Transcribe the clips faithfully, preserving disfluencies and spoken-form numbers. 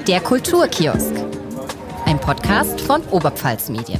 Der Kulturkiosk, ein Podcast von Oberpfalz Medien.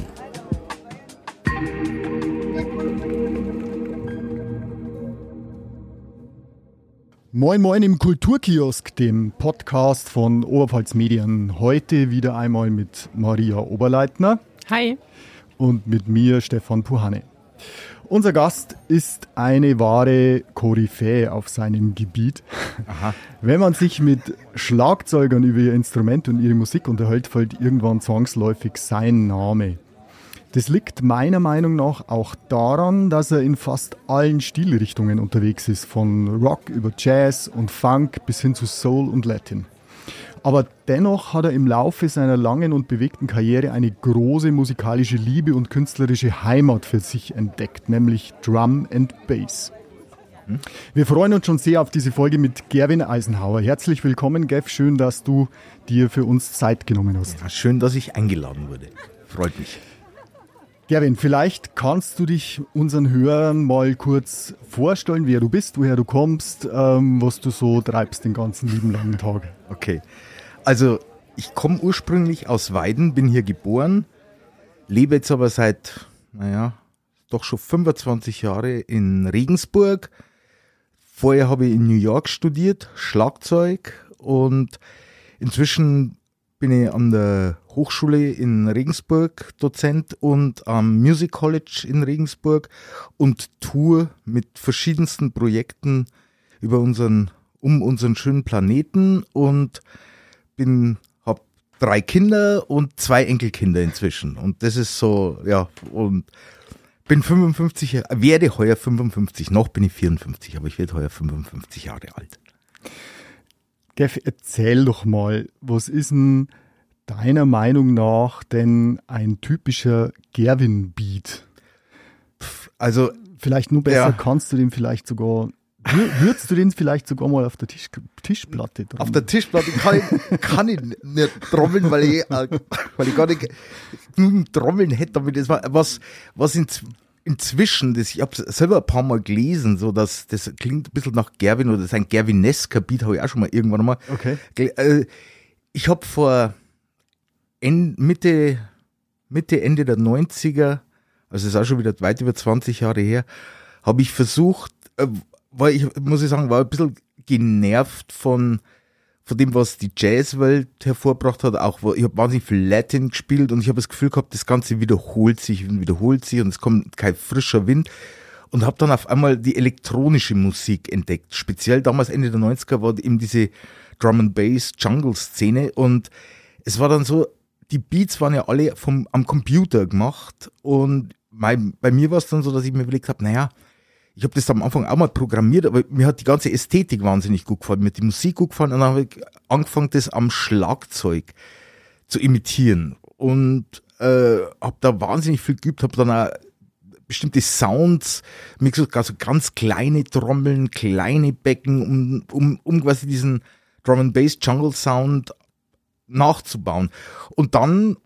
Moin Moin im Kulturkiosk, dem Podcast von Oberpfalz Medien. Heute wieder einmal mit Maria Oberleitner. Hi. Und mit mir, Stefan Puhane. Unser Gast ist eine wahre Koryphäe auf seinem Gebiet. Aha. Wenn man sich mit Schlagzeugern über ihr Instrument und ihre Musik unterhält, fällt irgendwann zwangsläufig sein Name. Das liegt meiner Meinung nach auch daran, dass er in fast allen Stilrichtungen unterwegs ist, von Rock über Jazz und Funk bis hin zu Soul und Latin. Aber dennoch hat er im Laufe seiner langen und bewegten Karriere eine große musikalische Liebe und künstlerische Heimat für sich entdeckt, nämlich Drum and Bass. Hm? Wir freuen uns schon sehr auf diese Folge mit Gerwin Eisenhauer. Herzlich willkommen, Gev. Schön, dass du dir für uns Zeit genommen hast. Ja, schön, dass ich eingeladen wurde. Freut mich. Gerwin, vielleicht kannst du dich unseren Hörern mal kurz vorstellen, wer du bist, woher du kommst, ähm, was du so treibst den ganzen lieben langen Tag. Okay, also ich komme ursprünglich aus Weiden, bin hier geboren, lebe jetzt aber seit, naja, doch schon fünfundzwanzig Jahre in Regensburg. Vorher habe ich in New York studiert, Schlagzeug, und inzwischen bin ich an der Hochschule in Regensburg Dozent und am Music College in Regensburg und tour mit verschiedensten Projekten über unseren, um unseren schönen Planeten und bin, hab drei Kinder und zwei Enkelkinder inzwischen. Und das ist so, ja, und bin fünfundfünfzig, werde heuer fünfundfünfzig, noch bin ich vierundfünfzig, aber ich werde heuer fünfundfünfzig Jahre alt. Gev, erzähl doch mal, was ist denn deiner Meinung nach denn ein typischer Gerwin-Beat? Also vielleicht nur besser, ja. Kannst du den vielleicht sogar, würdest du den vielleicht sogar mal auf der Tisch, Tischplatte trommeln? Auf der Tischplatte kann ich, kann ich nicht trommeln, weil ich, weil ich gar nicht genügend Trommeln hätte, damit das war was, was in Inzwischen, das, ich habe es selber ein paar Mal gelesen, so dass das klingt ein bisschen nach Gerwin oder das ist ein Gerwinesker Beat, habe ich auch schon mal irgendwann mal. Okay. Ich habe vor Mitte, Mitte, Ende der neunziger, also das ist auch schon wieder weit über zwanzig Jahre her, habe ich versucht, war ich, muss ich sagen, war ein bisschen genervt von von dem, was die Jazzwelt hervorgebracht hat, auch, ich habe wahnsinnig viel Latin gespielt und ich habe das Gefühl gehabt, das Ganze wiederholt sich und wiederholt sich und es kommt kein frischer Wind und habe dann auf einmal die elektronische Musik entdeckt. Speziell damals Ende der neunziger war eben diese Drum and Bass Jungle Szene und es war dann so, die Beats waren ja alle vom, am Computer gemacht und mein, bei mir war es dann so, dass ich mir überlegt habe, naja, ich habe das am Anfang auch mal programmiert, aber mir hat die ganze Ästhetik wahnsinnig gut gefallen, mir hat die Musik gut gefallen und dann habe ich angefangen, das am Schlagzeug zu imitieren und äh, habe da wahnsinnig viel geübt, habe dann auch bestimmte Sounds, also ganz kleine Trommeln, kleine Becken, um, um, um quasi diesen Drum and Bass Jungle Sound nachzubauen. Und dann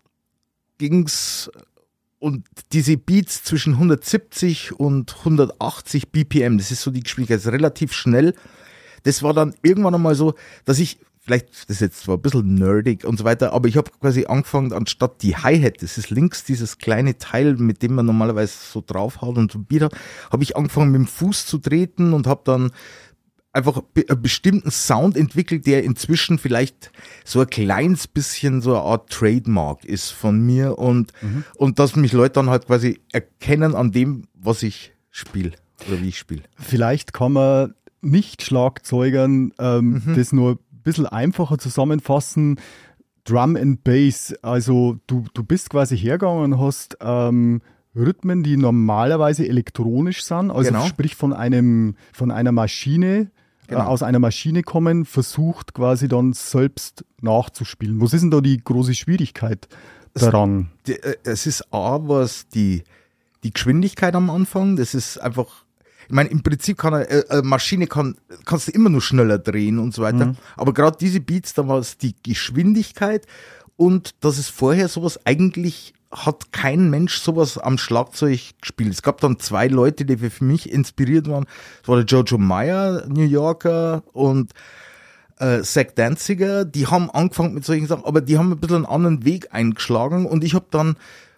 ging's und diese Beats zwischen hundertsiebzig und hundertachtzig B P M, das ist so die Geschwindigkeit, das ist relativ schnell. Das war dann irgendwann einmal so, dass ich, vielleicht, das ist jetzt zwar ein bisschen nerdig und so weiter, aber ich habe quasi angefangen, anstatt die Hi-Hat, das ist links dieses kleine Teil, mit dem man normalerweise so draufhaut und so Beat hat, habe ich angefangen mit dem Fuß zu treten und habe dann einfach einen bestimmten Sound entwickelt, der inzwischen vielleicht so ein kleines bisschen so eine Art Trademark ist von mir und, mhm. und dass mich Leute dann halt quasi erkennen an dem, was ich spiele oder wie ich spiele. Vielleicht kann man Nicht-Schlagzeugern ähm, mhm. das nur ein bisschen einfacher zusammenfassen. Drum and Bass, also du, du bist quasi hergegangen und hast ähm, Rhythmen, die normalerweise elektronisch sind, also genau. sprich von einem von einer Maschine, genau. äh, aus einer Maschine kommen, versucht quasi dann selbst nachzuspielen. Was ist denn da die große Schwierigkeit daran? Es, es ist A, was die, die Geschwindigkeit am Anfang, das ist einfach, ich meine, im Prinzip kann eine, eine Maschine kann, kannst du immer nur schneller drehen und so weiter, mhm. aber gerade diese Beats, da war es die Geschwindigkeit und dass es vorher sowas eigentlich hat kein Mensch sowas am Schlagzeug gespielt. Es gab dann zwei Leute, die für mich inspiriert waren. Das war der Jojo Meyer, New Yorker, und äh, Zack Danziger, die haben angefangen mit solchen Sachen, aber die haben ein bisschen einen anderen Weg eingeschlagen und ich habe dann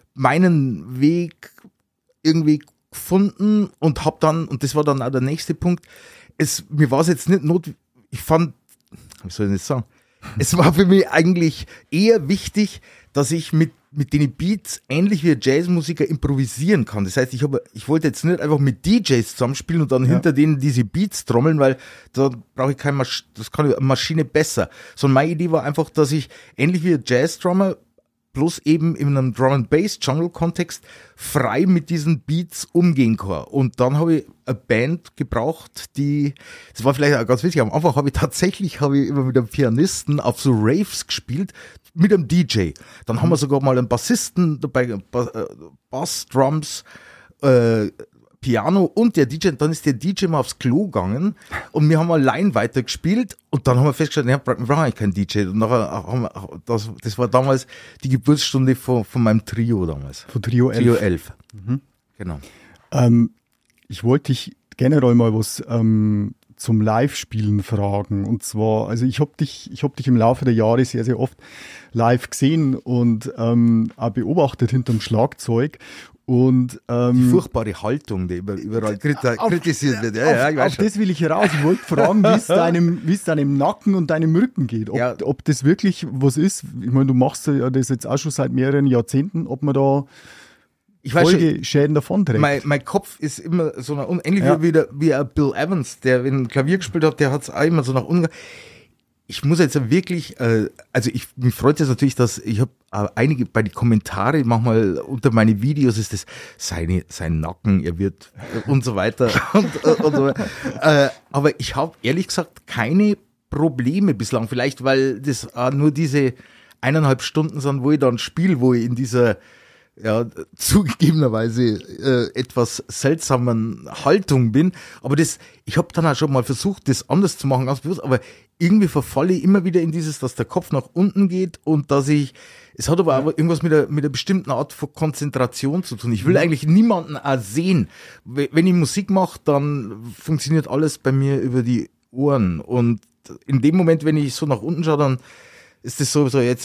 meinen Weg irgendwie gefunden und habe dann, und das war dann auch der nächste Punkt, es, mir war es jetzt nicht notwendig, ich fand, wie soll ich das sagen, es war für mich eigentlich eher wichtig, dass ich mit mit den Beats ähnlich wie ein Jazzmusiker improvisieren kann. Das heißt, ich habe, ich wollte jetzt nicht einfach mit D Js zusammenspielen und dann ja. hinter denen diese Beats trommeln, weil da brauche ich keine Maschine, das kann eine Maschine besser. Sondern meine Idee war einfach, dass ich ähnlich wie ein Jazz-Drummer bloß eben in einem Drum-and-Bass-Jungle-Kontext frei mit diesen Beats umgehen kann. Und dann habe ich eine Band gebraucht, die, das war vielleicht auch ganz wichtig, am Anfang habe ich tatsächlich, habe ich immer mit einem Pianisten auf so Raves gespielt, mit einem D J. Dann haben wir sogar mal einen Bassisten dabei, Bass, Drums, äh, Piano und der D J. Und dann ist der D J mal aufs Klo gegangen und wir haben allein weitergespielt und dann haben wir festgestellt, ja, wir brauchen eigentlich keinen D J. Und nachher haben wir, das, das war damals die Geburtsstunde von, von meinem Trio damals. Von Trio elf. Trio elf. Mhm. Genau. Ähm, ich wollte dich generell mal was ähm, zum Live-Spielen fragen. Und zwar, also ich habe dich, ich habe dich im Laufe der Jahre sehr, sehr oft live gesehen und ähm, auch beobachtet hinterm Schlagzeug. Und, ähm, die furchtbare Haltung, die überall kriti- auf, kritisiert wird. Ja, auf, ja, ich weiß auf schon. das will ich heraus. Ich wollte fragen, wie es deinem, wie es deinem Nacken und deinem Rücken geht. Ob, Ja. ob das wirklich was ist. Ich meine, du machst ja das jetzt auch schon seit mehreren Jahrzehnten, ob man da Ich weiß schon, Folgeschäden davonträgt. mein, mein Kopf ist immer so nach unten, ähnlich Ja. wie, der, wie ein Bill Evans, der wenn Klavier gespielt hat, der hat es auch immer so nach unten. Ich muss jetzt wirklich, äh, also ich, mich freut es natürlich, dass ich habe äh, einige bei den Kommentaren manchmal unter meine Videos ist das seine, sein Nacken, er wird und so weiter und, äh, und so weiter. Äh, aber ich habe ehrlich gesagt keine Probleme bislang, vielleicht weil das äh, nur diese eineinhalb Stunden sind, wo ich dann spiele, wo ich in dieser ja, zugegebenerweise äh, etwas seltsamen Haltung bin, aber das, ich habe dann auch schon mal versucht, das anders zu machen, ganz bewusst, aber irgendwie verfalle ich immer wieder in dieses, dass der Kopf nach unten geht und dass ich, es hat aber auch irgendwas mit einer, mit einer bestimmten Art von Konzentration zu tun. Ich will eigentlich niemanden auch sehen. Wenn ich Musik mache, dann funktioniert alles bei mir über die Ohren und in dem Moment, wenn ich so nach unten schaue, dann ist das so, so jetzt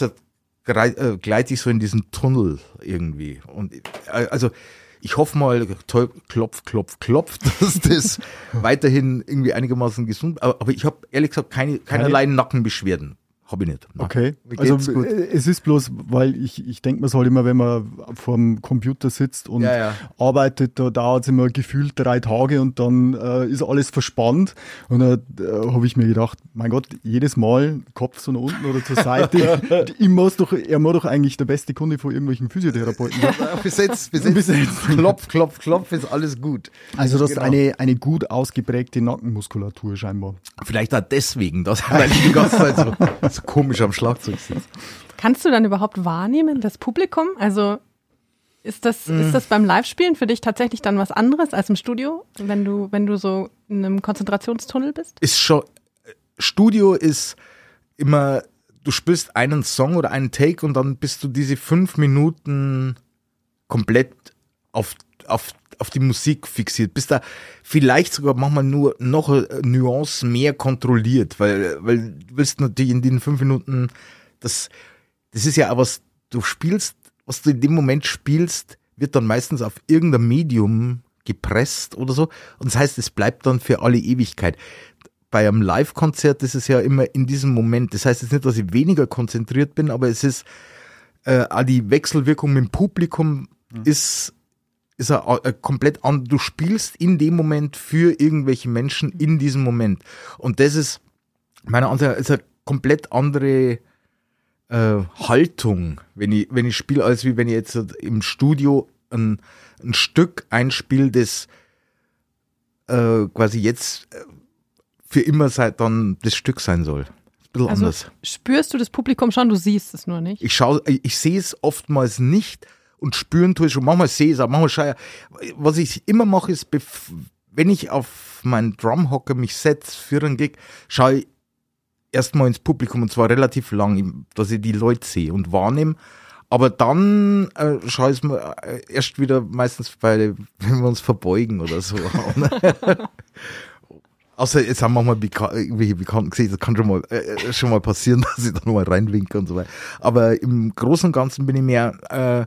gleite ich so in diesen Tunnel irgendwie. Und also ich hoffe mal, toll, klopf, klopf, klopf, dass das weiterhin irgendwie einigermaßen gesund, aber, aber ich habe ehrlich gesagt keine, keinerlei keine Nackenbeschwerden. Habe ich nicht. Nein. Okay, also gut. Es ist bloß, weil ich, ich denke mir halt immer, wenn man vorm Computer sitzt und ja, ja. arbeitet, da dauert es immer gefühlt drei Tage und dann äh, ist alles verspannt und dann äh, habe ich mir gedacht, mein Gott, jedes Mal Kopf so nach unten oder zur Seite, ich muss doch, er muss doch eigentlich der beste Kunde von irgendwelchen Physiotherapeuten sein. bis jetzt, bis jetzt, bis jetzt. Klopf, klopf, klopf, ist alles gut. Also das genau. ist eine, eine gut ausgeprägte Nackenmuskulatur scheinbar. Vielleicht auch deswegen, dass weil ich die ganze Zeit so so komisch am Schlagzeug sitzt. Kannst du dann überhaupt wahrnehmen, das Publikum? Also ist das, mm. ist das beim Live-Spielen für dich tatsächlich dann was anderes als im Studio, wenn du, wenn du so in einem Konzentrationstunnel bist? Ist schon, Studio ist immer, du spielst einen Song oder einen Take und dann bist du diese fünf Minuten komplett auf, auf auf die Musik fixiert, bist da vielleicht sogar manchmal nur noch eine Nuance mehr kontrolliert, weil, weil du willst natürlich in den fünf Minuten, das, das ist ja auch was, du spielst, was du in dem Moment spielst, wird dann meistens auf irgendein Medium gepresst oder so und das heißt, es bleibt dann für alle Ewigkeit. Bei einem Live-Konzert ist es ja immer in diesem Moment, das heißt jetzt nicht, dass ich weniger konzentriert bin, aber es ist, äh, auch die Wechselwirkung mit dem Publikum mhm. ist ist er komplett an, du spielst in dem Moment für irgendwelche Menschen in diesem Moment. Und das ist, meiner Ansicht nach, ist eine komplett andere äh, Haltung, wenn ich, wenn ich spiele, als wie wenn ich jetzt im Studio ein, ein Stück einspiele, das äh, quasi jetzt für immer seit dann das Stück sein soll. Ein bisschen also anders. Spürst du das Publikum schon, du siehst es nur nicht? Ich schaue, ich sehe es oftmals nicht, und spüren tue ich schon, manchmal sehe ich es auch, manchmal schaue ich, was ich immer mache, ist, wenn ich auf meinen Drumhocker mich setze für einen Gig, schaue ich erstmal ins Publikum und zwar relativ lang, dass ich die Leute sehe und wahrnehme, aber dann äh, schaue ich es mir erst wieder meistens bei, wenn wir uns verbeugen oder so. Außer jetzt haben manchmal Beka- irgendwelche Bekannten gesehen, das kann schon mal, äh, schon mal passieren, dass ich da nochmal reinwinke und so weiter. Aber im Großen und Ganzen bin ich mehr, äh,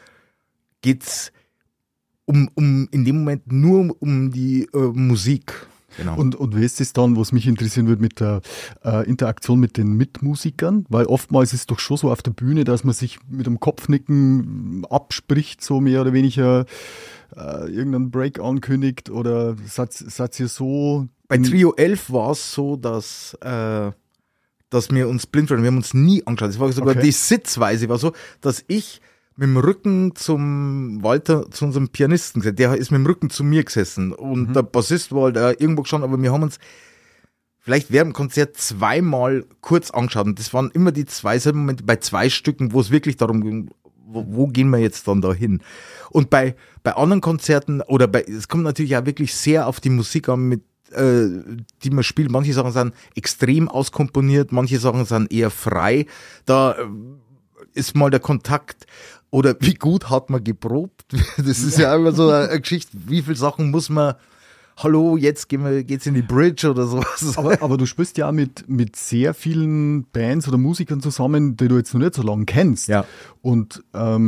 geht's um, um, in dem Moment nur um die äh, Musik. Genau. Und, und wie ist es dann, was mich interessieren würde, mit der äh, Interaktion mit den Mitmusikern? Weil oftmals ist es doch schon so auf der Bühne, dass man sich mit dem Kopfnicken abspricht, so mehr oder weniger äh, irgendeinen Break ankündigt oder seid, seid ihr so... Bei Trio elf war es so, dass, äh, dass wir uns blind waren. Wir haben uns nie angeschaut. Es war sogar Okay. die Sitzweise war so, dass ich mit dem Rücken zum Walter, zu unserem Pianisten gesessen. Der ist mit dem Rücken zu mir gesessen. Und Mhm. der Bassist war halt äh, irgendwo gestanden, aber wir haben uns vielleicht während dem Konzert zweimal kurz angeschaut. Und das waren immer die zwei selben Momente bei zwei Stücken, wo es wirklich darum ging, wo, wo gehen wir jetzt dann da hin? Und bei, bei anderen Konzerten oder bei, es kommt natürlich auch wirklich sehr auf die Musik an, mit äh, die man spielt. Manche Sachen sind extrem auskomponiert, manche Sachen sind eher frei. Da äh, ist mal der Kontakt oder wie gut hat man geprobt? Das ist ja immer so eine, eine Geschichte. Wie viele Sachen muss man, hallo, jetzt gehen wir, geht's in die Bridge oder sowas. Aber, aber du spielst ja auch mit, mit sehr vielen Bands oder Musikern zusammen, die du jetzt noch nicht so lange kennst. Ja. Und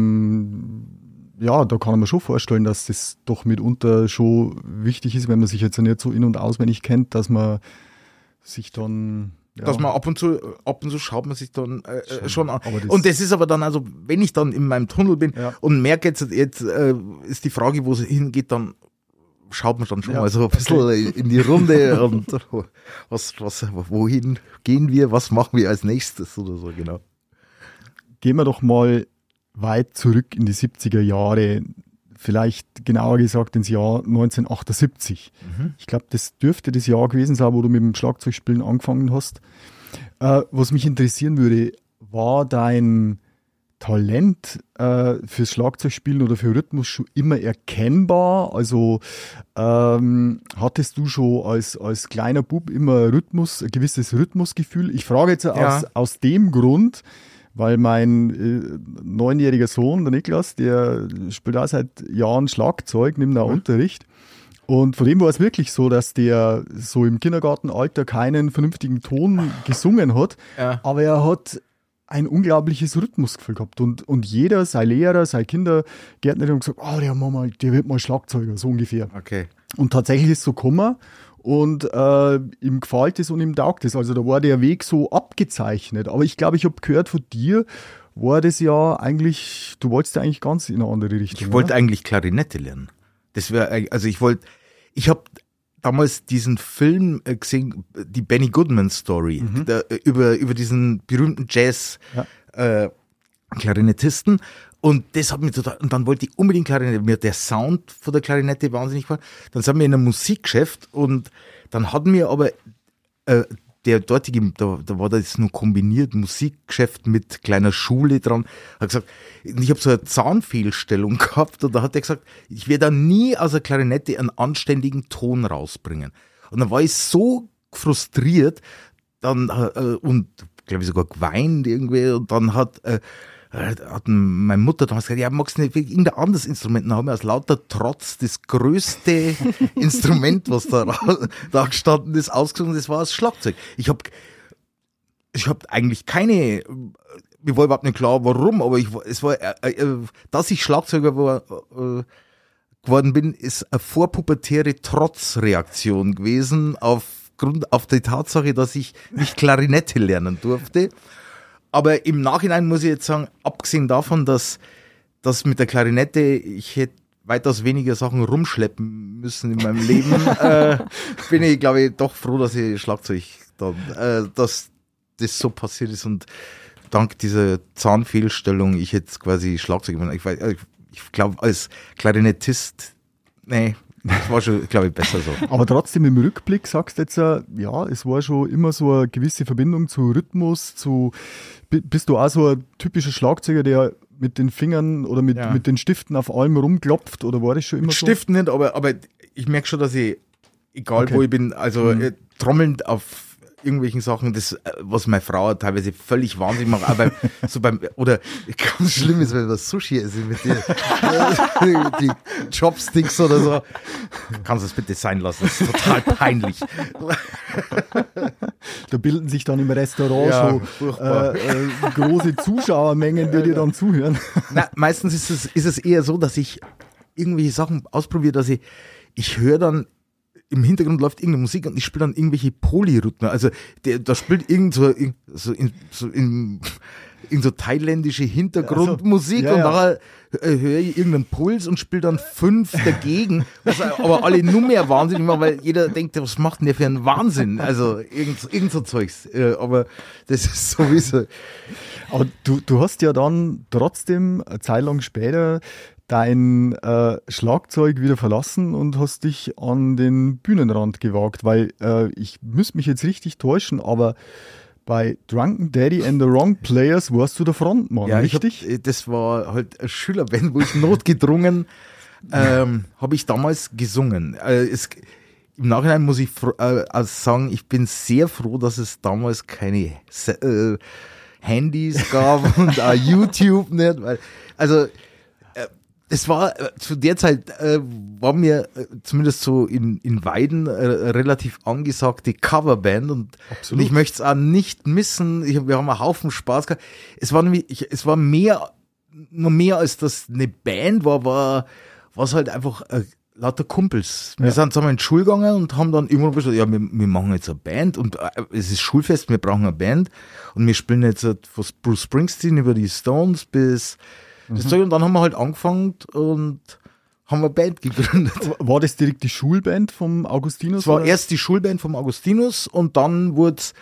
ähm, ja, da kann man mir schon vorstellen, dass das doch mitunter schon wichtig ist, wenn man sich jetzt nicht so in- und auswendig kennt, dass man sich dann... Ja, Dass man ab und zu, ab und zu schaut man sich dann äh, schon, schon an. aber das- Und das ist aber dann also, wenn ich dann in meinem Tunnel bin Ja. und merke jetzt, jetzt äh, ist die Frage, wo es hingeht, dann schaut man dann schon Ja, mal so ein bisschen in die Runde und was, was, wohin gehen wir, was machen wir als nächstes oder so, genau. Gehen wir doch mal weit zurück in die siebziger Jahre, vielleicht genauer gesagt ins Jahr neunzehnhundertachtundsiebzig. Mhm. Ich glaube, das dürfte das Jahr gewesen sein, wo du mit dem Schlagzeugspielen angefangen hast. Äh, was mich interessieren würde, war dein Talent äh, fürs Schlagzeugspielen oder für Rhythmus schon immer erkennbar? Also ähm, hattest du schon als, als kleiner Bub immer Rhythmus, ein gewisses Rhythmusgefühl? Ich frage jetzt Ja. aus, aus dem Grund, weil mein äh, neunjähriger Sohn, der Niklas, der spielt auch seit Jahren Schlagzeug, nimmt auch Mhm. Unterricht. Und von dem war es wirklich so, dass der so im Kindergartenalter keinen vernünftigen Ton gesungen hat, Ja. aber er hat ein unglaubliches Rhythmusgefühl gehabt. Und, und jeder, sein Lehrer, sein Kindergärtner haben gesagt, oh, der, mal, der wird mal Schlagzeuger, so ungefähr. Okay. Und tatsächlich ist es so gekommen. Und äh, ihm gefällt es und ihm taugt es. Also da war der Weg so abgezeichnet. Aber ich glaube, ich habe gehört von dir, war das ja eigentlich, du wolltest ja eigentlich ganz in eine andere Richtung. Ich wollte oder? eigentlich Klarinette lernen. Das wäre, also ich wollte, ich habe damals diesen Film äh, gesehen, die Benny Goodman Story, Mhm. der, äh, über, über diesen berühmten Jazz Ja. äh, Klarinettisten. Und das hat mir total, und dann wollte ich unbedingt Klarinette, mir hat der Sound von der Klarinette wahnsinnig gefallen. Dann sind wir in einem Musikgeschäft und dann hatten wir aber, äh, der dortige, da, da war das nur kombiniert, Musikgeschäft mit kleiner Schule dran, hat gesagt, ich habe so eine Zahnfehlstellung gehabt und da hat er gesagt, ich werde da nie aus der Klarinette einen anständigen Ton rausbringen. Und dann war ich so frustriert, dann äh, und glaube ich sogar geweint irgendwie und dann hat äh, hat meine Mutter damals gesagt, ja, magst du nicht irgendein anderes Instrument? Dann haben wir aus lauter Trotz das größte Instrument, was da, da gestanden ist, ausgesucht, das war das Schlagzeug. Ich habe ich hab eigentlich keine, mir war überhaupt nicht klar, warum, aber ich, es war, äh, äh, dass ich Schlagzeuger war, äh, geworden bin, ist eine vorpubertäre Trotzreaktion gewesen aufgrund, auf die Tatsache, dass ich nicht Klarinette lernen durfte. Aber im Nachhinein muss ich jetzt sagen, abgesehen davon, dass, dass mit der Klarinette ich hätte weitaus weniger Sachen rumschleppen müssen in meinem Leben, äh, bin ich, glaube ich, doch froh, dass ich Schlagzeug dann, äh, dass das so passiert ist und dank dieser Zahnfehlstellung ich jetzt quasi Schlagzeug bin. Ich, weiß, ich, ich glaube, als Klarinettist, nee, das war schon, glaube ich, besser so. Aber trotzdem im Rückblick sagst du jetzt, äh, ja, es war schon immer so eine gewisse Verbindung zu Rhythmus, zu, bi- bist du auch so ein typischer Schlagzeuger, der mit den Fingern oder mit, Ja. mit den Stiften auf allem rumklopft, oder war das schon immer Mit so? Stiften nicht, aber, aber ich merke schon, dass ich, egal Okay. wo ich bin, also Mhm. äh, trommelnd auf irgendwelchen Sachen, das, was meine Frau teilweise völlig wahnsinnig macht, aber so beim, oder ganz schlimm ist, wenn das Sushi ist, mit den, die Chopsticks oder so. Kannst du das bitte sein lassen, das ist total peinlich. Da bilden sich dann im Restaurant Ja, so äh, äh, große Zuschauermengen, die dir dann zuhören. Na, meistens ist es, ist es eher so, dass ich irgendwelche Sachen ausprobiere, dass ich, ich höre dann, im Hintergrund läuft irgendeine Musik und ich spiele dann irgendwelche Polyrhythmen. Also der, da spielt irgend so, so, in, so, in, in so thailändische Hintergrundmusik also, ja, und ja. nachher äh, höre ich irgendeinen Puls und spiele dann fünf dagegen, was aber alle nur mehr wahnsinnig machen, weil jeder denkt, was macht denn der für einen Wahnsinn? Also irgend, irgend so Zeugs. Äh, aber das ist sowieso. Aber du, du hast ja dann trotzdem eine Zeit lang später dein äh, Schlagzeug wieder verlassen und hast dich an den Bühnenrand gewagt, weil äh, ich müsste mich jetzt richtig täuschen, aber bei Drunken Daddy and the Wrong Players warst du der Frontmann, Ja, richtig? Ich hab, das war halt eine Schülerband, wo ich notgedrungen ähm, habe ich damals gesungen. Äh, es, Im Nachhinein muss ich fro- äh, also sagen, ich bin sehr froh, dass es damals keine äh, Handys gab und auch YouTube nicht, weil also es war äh, zu der Zeit äh, war mir äh, zumindest so in, in Weiden äh, relativ angesagte Coverband und, und ich möchte es auch nicht missen. Ich, wir haben einen Haufen Spaß gehabt. Es war nämlich, ich, es war mehr, nur mehr als das eine Band war, war was halt einfach äh, lauter Kumpels. Wir Ja. sind zusammen in die Schule gegangen und haben dann irgendwann beschlossen, ja, wir, wir machen jetzt eine Band und äh, es ist Schulfest, wir brauchen eine Band und wir spielen jetzt äh, von Bruce Springsteen über die Stones bis das Zeug und dann haben wir halt angefangen und haben eine Band gegründet. War das direkt die Schulband vom Augustinus? Es war oder? erst die Schulband vom Augustinus und dann wurde es,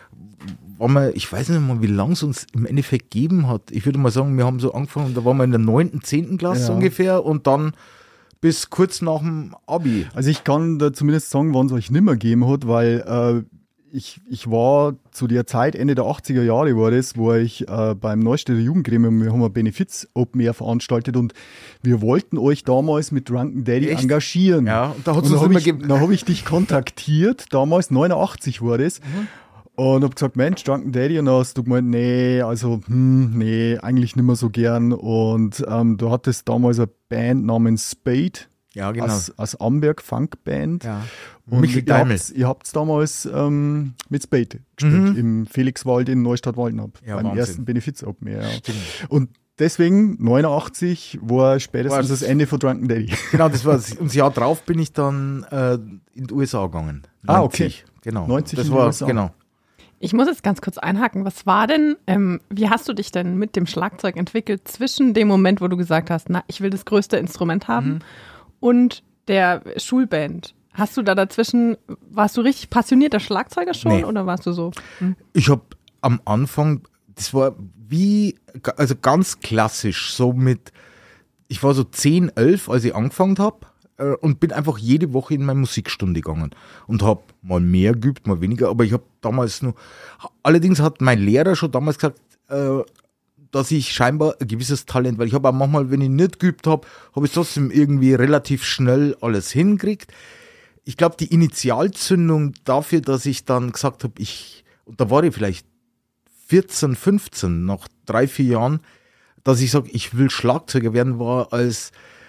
waren wir, ich weiß nicht mal, wie lange es uns im Endeffekt gegeben hat. Ich würde mal sagen, wir haben so angefangen, da waren wir in der neunten, zehnten Klasse Ja. ungefähr und dann bis kurz nach dem Abi. Also ich kann da zumindest sagen, wann es euch nimmer gegeben hat, weil äh, ich, ich war zu der Zeit, Ende der achtziger Jahre war das, wo ich äh, beim Neustädter Jugendgremium, wir haben ein Benefiz Open Air veranstaltet und wir wollten euch damals mit Drunken Daddy Echt? engagieren. Ja, und da hat's und uns dann immer habe ich, gegeben. dann hab ich dich kontaktiert, damals neunundachtzig war das. Mhm. Und hab gesagt, Mensch, Drunken Daddy, und dann hast du gemeint, nee, also, hm, nee, eigentlich nicht mehr so gern. Und ähm, du hattest damals eine Band namens Spade. Ja, genau. Aus, aus Amberg, Funkband. Ja. Und Michael ihr Daimel. habt's, ihr habt's damals ähm, mit Spade gespielt, Mhm. im Felixwald in Neustadt-Waldenab, Ja, beim Wahnsinn. ersten Benefiz Open Air. Ja. Und deswegen, neunundachtzig, war spätestens War's- das Ende von Drunken Daddy. Genau, das war und das Jahr drauf bin ich dann äh, in die U S A gegangen. Ah, okay. Genau. neunzig das in die war, U S A. genau. Ich muss jetzt ganz kurz einhaken. Was war denn, ähm, wie hast du dich denn mit dem Schlagzeug entwickelt zwischen dem Moment, wo du gesagt hast, na, ich will das größte Instrument haben Mhm. und der Schulband? Hast du da dazwischen, warst du richtig passionierter Schlagzeuger schon Nee. oder warst du so? Hm? Ich habe am Anfang, das war wie, also ganz klassisch, so mit, ich war so zehn, elf, als ich angefangen habe äh, und bin einfach jede Woche in meine Musikstunde gegangen und habe mal mehr geübt, mal weniger, aber ich habe damals nur, allerdings hat mein Lehrer schon damals gesagt, äh, dass ich scheinbar ein gewisses Talent, weil ich habe auch manchmal, wenn ich nicht geübt habe, habe ich trotzdem irgendwie relativ schnell alles hingekriegt. Ich glaube, die Initialzündung dafür, dass ich dann gesagt habe, ich, und da war ich vielleicht vierzehn, fünfzehn, nach drei, vier Jahren, dass ich sage, ich will Schlagzeuger werden, war, als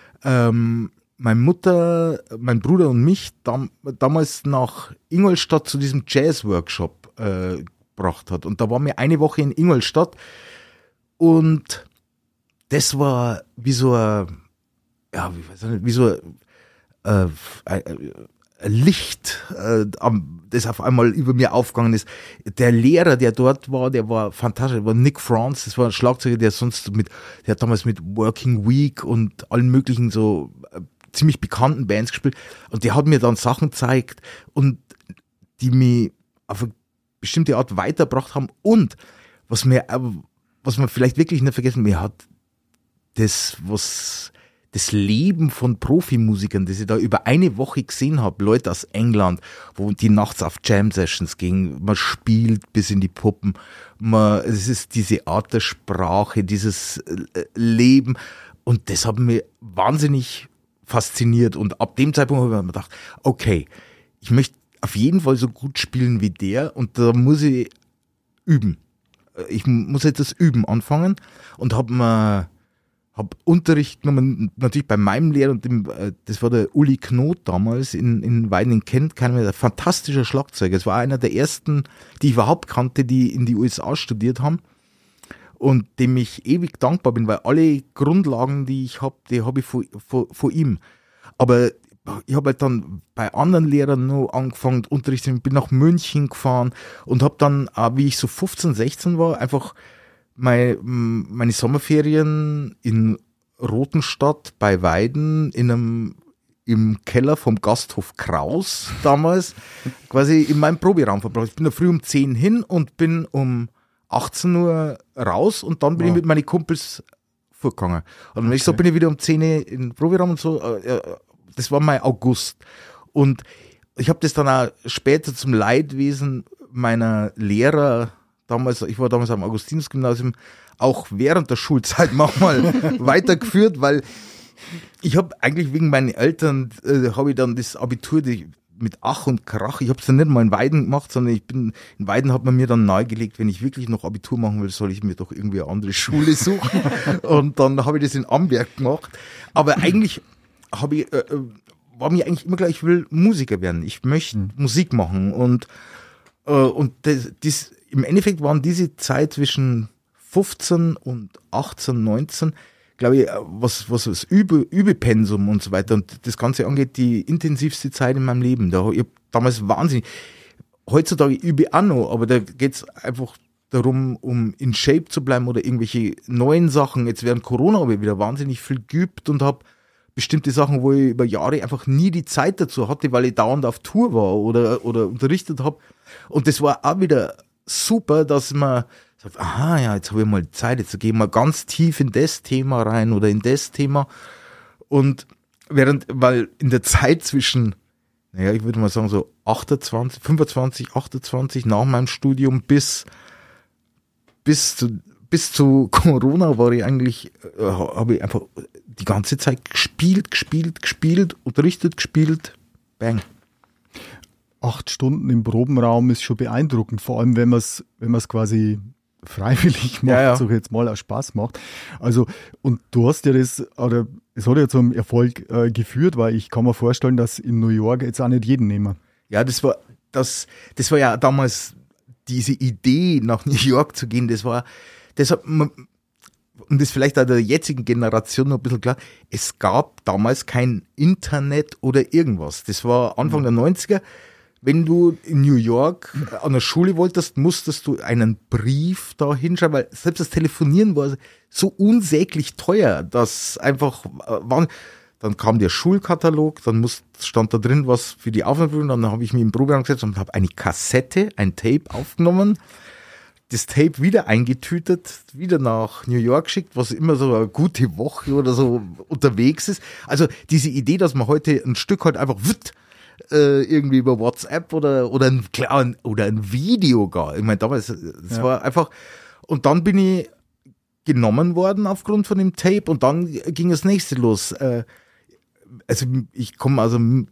ähm, meine Mutter, mein Bruder und mich dam, damals nach Ingolstadt zu diesem Jazz-Workshop äh, gebracht hat. Und da waren wir eine Woche in Ingolstadt und das war wie so ein, ja, wie, weiß ich nicht, wie so ein, äh, ein, ein Licht, äh, am- das auf einmal über mir aufgegangen ist. Der Lehrer, der dort war, der war fantastisch, der war Nick Franz, das war ein Schlagzeuger, der sonst mit, der hat damals mit Working Week und allen möglichen so äh, ziemlich bekannten Bands gespielt und der hat mir dann Sachen gezeigt und die mich auf eine bestimmte Art weitergebracht haben und was mir, äh, was man vielleicht wirklich nicht vergessen, mir hat das, was das Leben von Profimusikern, das ich da über eine Woche gesehen habe, Leute aus England, wo die nachts auf Jam-Sessions gingen, man spielt bis in die Puppen, man, es ist diese Art der Sprache, dieses äh, Leben und das hat mich wahnsinnig fasziniert und ab dem Zeitpunkt habe ich mir gedacht, okay, ich möchte auf jeden Fall so gut spielen wie der und da muss ich üben. Ich muss jetzt das Üben anfangen und habe mir hab Unterricht genommen, natürlich bei meinem Lehrer, und dem, das war der Uli Knot damals in, in Weiden, kennt keiner mehr, ein fantastischer Schlagzeuger. Es war einer der ersten, die ich überhaupt kannte, die in die U S A studiert haben und dem ich ewig dankbar bin, weil alle Grundlagen, die ich habe, die habe ich von, von, von ihm. Aber ich habe halt dann bei anderen Lehrern noch angefangen, Unterricht, bin nach München gefahren und habe dann, wie ich so fünfzehn, sechzehn war, einfach meine, meine Sommerferien in Rothenstadt bei Weiden in einem, im Keller vom Gasthof Kraus damals quasi in meinem Proberaum verbracht. Ich bin da früh um zehn hin und bin um achtzehn Uhr raus und dann bin wow. ich mit meinen Kumpels vorgegangen. Und am nächsten Tag bin ich wieder um zehn in den Proberaum und so. Das war mein August. Und ich habe das dann auch später zum Leidwesen meiner Lehrer damals, ich war damals am Augustinus-Gymnasium, auch während der Schulzeit manchmal weitergeführt, weil ich habe eigentlich wegen meinen Eltern, äh, habe ich dann das Abitur die, mit Ach und Krach, ich habe es dann nicht mal in Weiden gemacht, sondern ich bin, in Weiden hat man mir dann nahegelegt, wenn ich wirklich noch Abitur machen will, soll ich mir doch irgendwie eine andere Schule suchen. Und dann habe ich das in Amberg gemacht. Aber eigentlich habe ich, äh, war mir eigentlich immer klar, ich will Musiker werden. Ich möchte mhm. Musik machen. Und, äh, und das, das, im Endeffekt waren diese Zeit zwischen fünfzehn und achtzehn, neunzehn, glaube ich, was, was das Übe, Übepensum und so weiter und das Ganze angeht, die intensivste Zeit in meinem Leben. Da, ich hab damals wahnsinnig, heutzutage übe ich auch noch, aber da geht's einfach darum, um in Shape zu bleiben oder irgendwelche neuen Sachen. Jetzt während Corona habe ich wieder wahnsinnig viel geübt und habe bestimmte Sachen, wo ich über Jahre einfach nie die Zeit dazu hatte, weil ich dauernd auf Tour war oder, oder unterrichtet habe. Und das war auch wieder super, dass man sagt, aha, ja, jetzt habe ich mal Zeit, jetzt gehen wir ganz tief in das Thema rein oder in das Thema. Und während, weil in der Zeit zwischen, naja, ich würde mal sagen so achtundzwanzig, fünfundzwanzig, achtundzwanzig nach meinem Studium bis, bis zu, bis zu Corona war ich eigentlich, äh, habe ich einfach die ganze Zeit gespielt, gespielt, gespielt, unterrichtet, gespielt, bang. Acht Stunden im Probenraum ist schon beeindruckend, vor allem wenn man es wenn man es quasi freiwillig macht, ja, ja. so jetzt mal auch Spaß macht. Also, und du hast ja das, oder es hat ja zum Erfolg äh, geführt, weil ich kann mir vorstellen, dass in New York jetzt auch nicht jeden nehmen. Ja, das war, das, das war ja damals diese Idee, nach New York zu gehen, das war, das hat man, und das vielleicht auch der jetzigen Generation noch ein bisschen klar, es gab damals kein Internet oder irgendwas. Das war Anfang mhm. der neunziger. Wenn du in New York an der Schule wolltest, musstest du einen Brief da hinschreiben, weil selbst das Telefonieren war so unsäglich teuer, dass einfach, waren, dann kam der Schulkatalog, dann muss, stand da drin was für die Aufnahmeprüfung, dann habe ich mich im Proberaum gesetzt und habe eine Kassette, ein Tape aufgenommen, das Tape wieder eingetütet, wieder nach New York geschickt, was immer so eine gute Woche oder so unterwegs ist. Also diese Idee, dass man heute ein Stück halt einfach witt, äh, irgendwie über WhatsApp oder oder ein klar oder ein Video gar. Ich meine, damals, es ja. war einfach. Und dann bin ich genommen worden aufgrund von dem Tape und dann ging das nächste los. Äh, also ich komme aus einer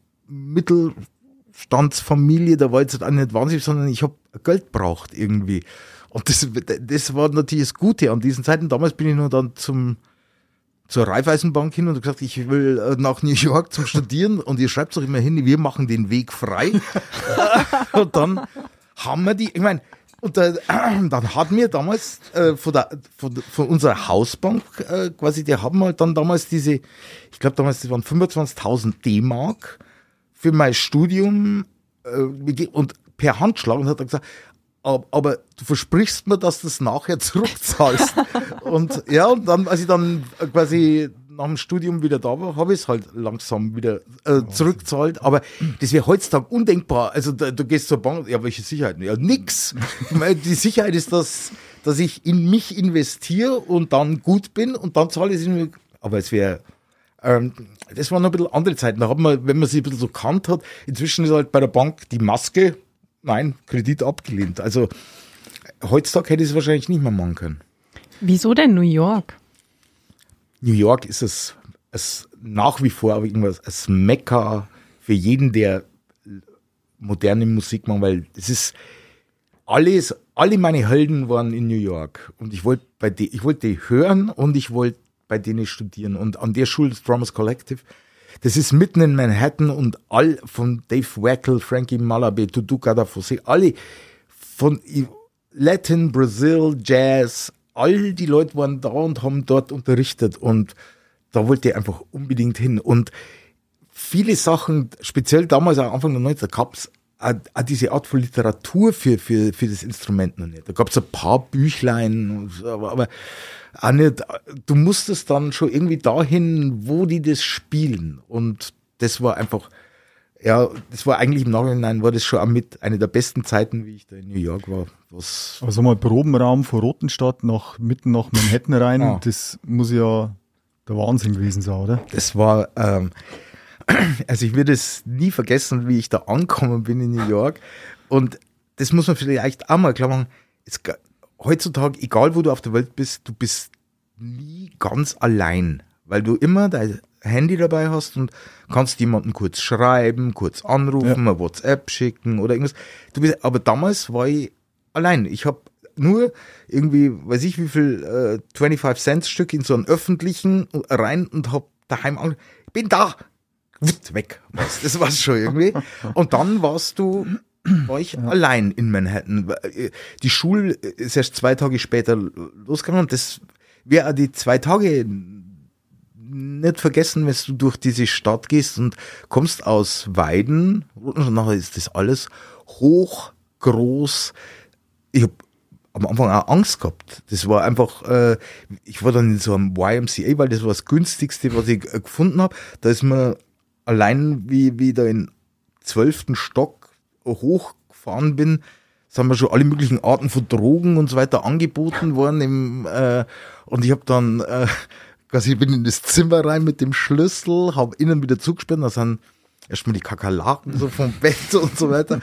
Mittelstandsfamilie, da war jetzt auch nicht wahnsinnig, sondern ich habe Geld braucht irgendwie. Und das, das war natürlich das Gute an diesen Zeiten. Damals bin ich nur dann zum, zur Raiffeisenbank hin und habe gesagt, ich will nach New York zum Studieren und ihr schreibt doch immer hin, wir machen den Weg frei. Und dann haben wir die, ich meine, und da, dann hatten wir damals äh, von, der, von, von unserer Hausbank äh, quasi, die haben halt dann damals diese, ich glaube damals, das waren fünfundzwanzigtausend D-Mark für mein Studium äh, und per Handschlag und hat dann gesagt, aber, aber du versprichst mir, dass du das nachher zurückzahlst. Und ja, und dann, als ich dann quasi nach dem Studium wieder da war, habe ich es halt langsam wieder äh, zurückzahlt. Aber das wäre heutzutage undenkbar. Also da, du gehst zur Bank, ja, welche Sicherheit? Ja, nix. Die Sicherheit ist, dass, dass ich in mich investiere und dann gut bin und dann zahle ich es. Aber es wäre, ähm, das waren noch ein bisschen andere Zeiten. Da hat man, wenn man sich ein bisschen so kannt hat, inzwischen ist halt bei der Bank die Maske, nein, Kredit abgelehnt. Also heutzutage hätte ich es wahrscheinlich nicht mehr machen können. Wieso denn New York? New York ist es, es nach wie vor irgendwas, es Mekka für jeden, der moderne Musik machen, weil es ist alles, alle meine Helden waren in New York und ich wollte bei die, ich wollte die hören und ich wollte bei denen studieren und an der Schule des Drummers Collective, das ist mitten in Manhattan und all von Dave Weckl, Frankie Malaby, Dudu Gaddafosi, alle von Latin, Brazil, Jazz, all die Leute waren da und haben dort unterrichtet und da wollte ich einfach unbedingt hin und viele Sachen, speziell damals am Anfang der neunziger, gab es auch diese Art von Literatur für, für, für das Instrument noch nicht. Da gab es ein paar Büchlein, aber, aber auch nicht, du musstest dann schon irgendwie dahin, wo die das spielen. Und das war einfach, ja, das war eigentlich im Nachhinein, war das schon auch mit einer der besten Zeiten, wie ich da in New York war. Was also mal Probenraum von Rotenstadt nach, mitten nach Manhattan rein, ah. das muss ja der Wahnsinn gewesen sein, oder? Das war, ähm, also ich werde es nie vergessen, wie ich da angekommen bin in New York. Und das muss man vielleicht auch mal klar machen. Es, heutzutage, egal wo du auf der Welt bist, du bist nie ganz allein, weil du immer dein Handy dabei hast und kannst jemanden kurz schreiben, kurz anrufen, ja. Mal WhatsApp schicken oder irgendwas. Du bist, aber damals war ich allein. Ich habe nur irgendwie, weiß ich wie viel, äh, fünfundzwanzig Cent Stück in so einen öffentlichen rein und hab daheim angerufen. Ich bin da! Weg. Das war's schon irgendwie. Und dann warst du, war ich ja. allein in Manhattan. Die Schule ist erst zwei Tage später losgegangen und das wäre auch die zwei Tage nicht vergessen, wenn du durch diese Stadt gehst und kommst aus Weiden und nachher ist das alles hoch, groß. Ich habe am Anfang auch Angst gehabt. Das war einfach, äh, ich war dann in so einem Y M C A, weil das war das günstigste, was ich äh, gefunden habe. Da ist mir allein wie, wie ich da in zwölften Stock hochgefahren bin, sind mir schon alle möglichen Arten von Drogen und so weiter angeboten worden. Im, äh, und ich habe dann, äh, quasi, ich bin in das Zimmer rein mit dem Schlüssel, habe innen wieder zugesperrt, da sind erstmal die Kakerlaken so vom Bett und so weiter.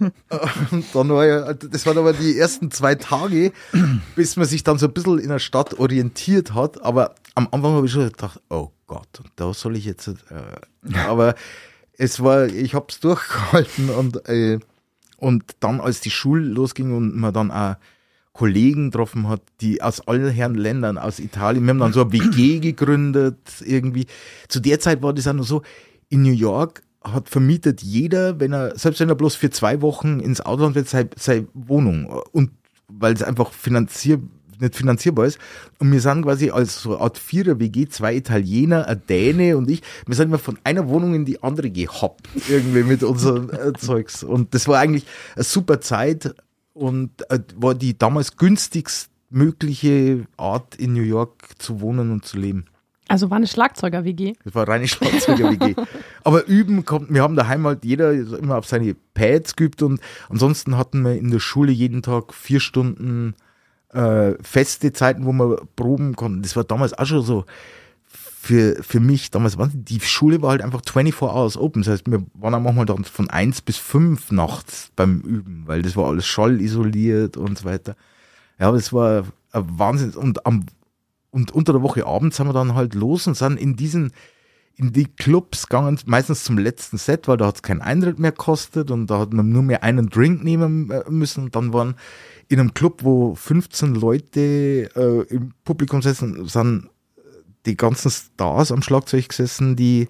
Und dann war ja, das waren aber die ersten zwei Tage, bis man sich dann so ein bisschen in der Stadt orientiert hat. Aber am Anfang habe ich schon gedacht, oh Gott, da soll ich jetzt, äh, aber es war, ich habe es durchgehalten und, äh, und dann, als die Schule losging und man dann auch Kollegen getroffen hat, die aus allen Herren Ländern, aus Italien, wir haben dann so eine W G gegründet, irgendwie. Zu der Zeit war das auch noch so, in New York hat vermietet jeder, wenn er, selbst wenn er bloß für zwei Wochen ins Ausland will, seine, seine Wohnung. Und weil es einfach finanzier, nicht finanzierbar ist. Und wir sind quasi als so eine Art Vierer-W G, zwei Italiener, ein Däne und ich, wir sind immer von einer Wohnung in die andere gehoppt, irgendwie mit unserem äh, Zeugs. Und das war eigentlich eine super Zeit und äh, war die damals günstigst mögliche Art, in New York zu wohnen und zu leben. Also war eine Schlagzeuger-W G? Das war eine reine Schlagzeuger-W G. Aber üben kommt, wir haben daheim halt jeder immer auf seine Pads geübt und ansonsten hatten wir in der Schule jeden Tag vier Stunden äh, feste Zeiten, wo wir proben konnten. Das war damals auch schon so für, für mich, damals war die Schule war halt einfach vierundzwanzig hours open. Das heißt, wir waren auch manchmal dann von eins bis fünf nachts beim Üben, weil das war alles schallisoliert und so weiter. Ja, aber das war ein Wahnsinn. Und am Und unter der Woche abends sind wir dann halt los und sind in diesen, in die Clubs gegangen, meistens zum letzten Set, weil da hat es keinen Eintritt mehr gekostet und da hat man nur mehr einen Drink nehmen müssen. Und dann waren in einem Club, wo fünfzehn Leute äh, im Publikum sitzen, sind die ganzen Stars am Schlagzeug gesessen, die,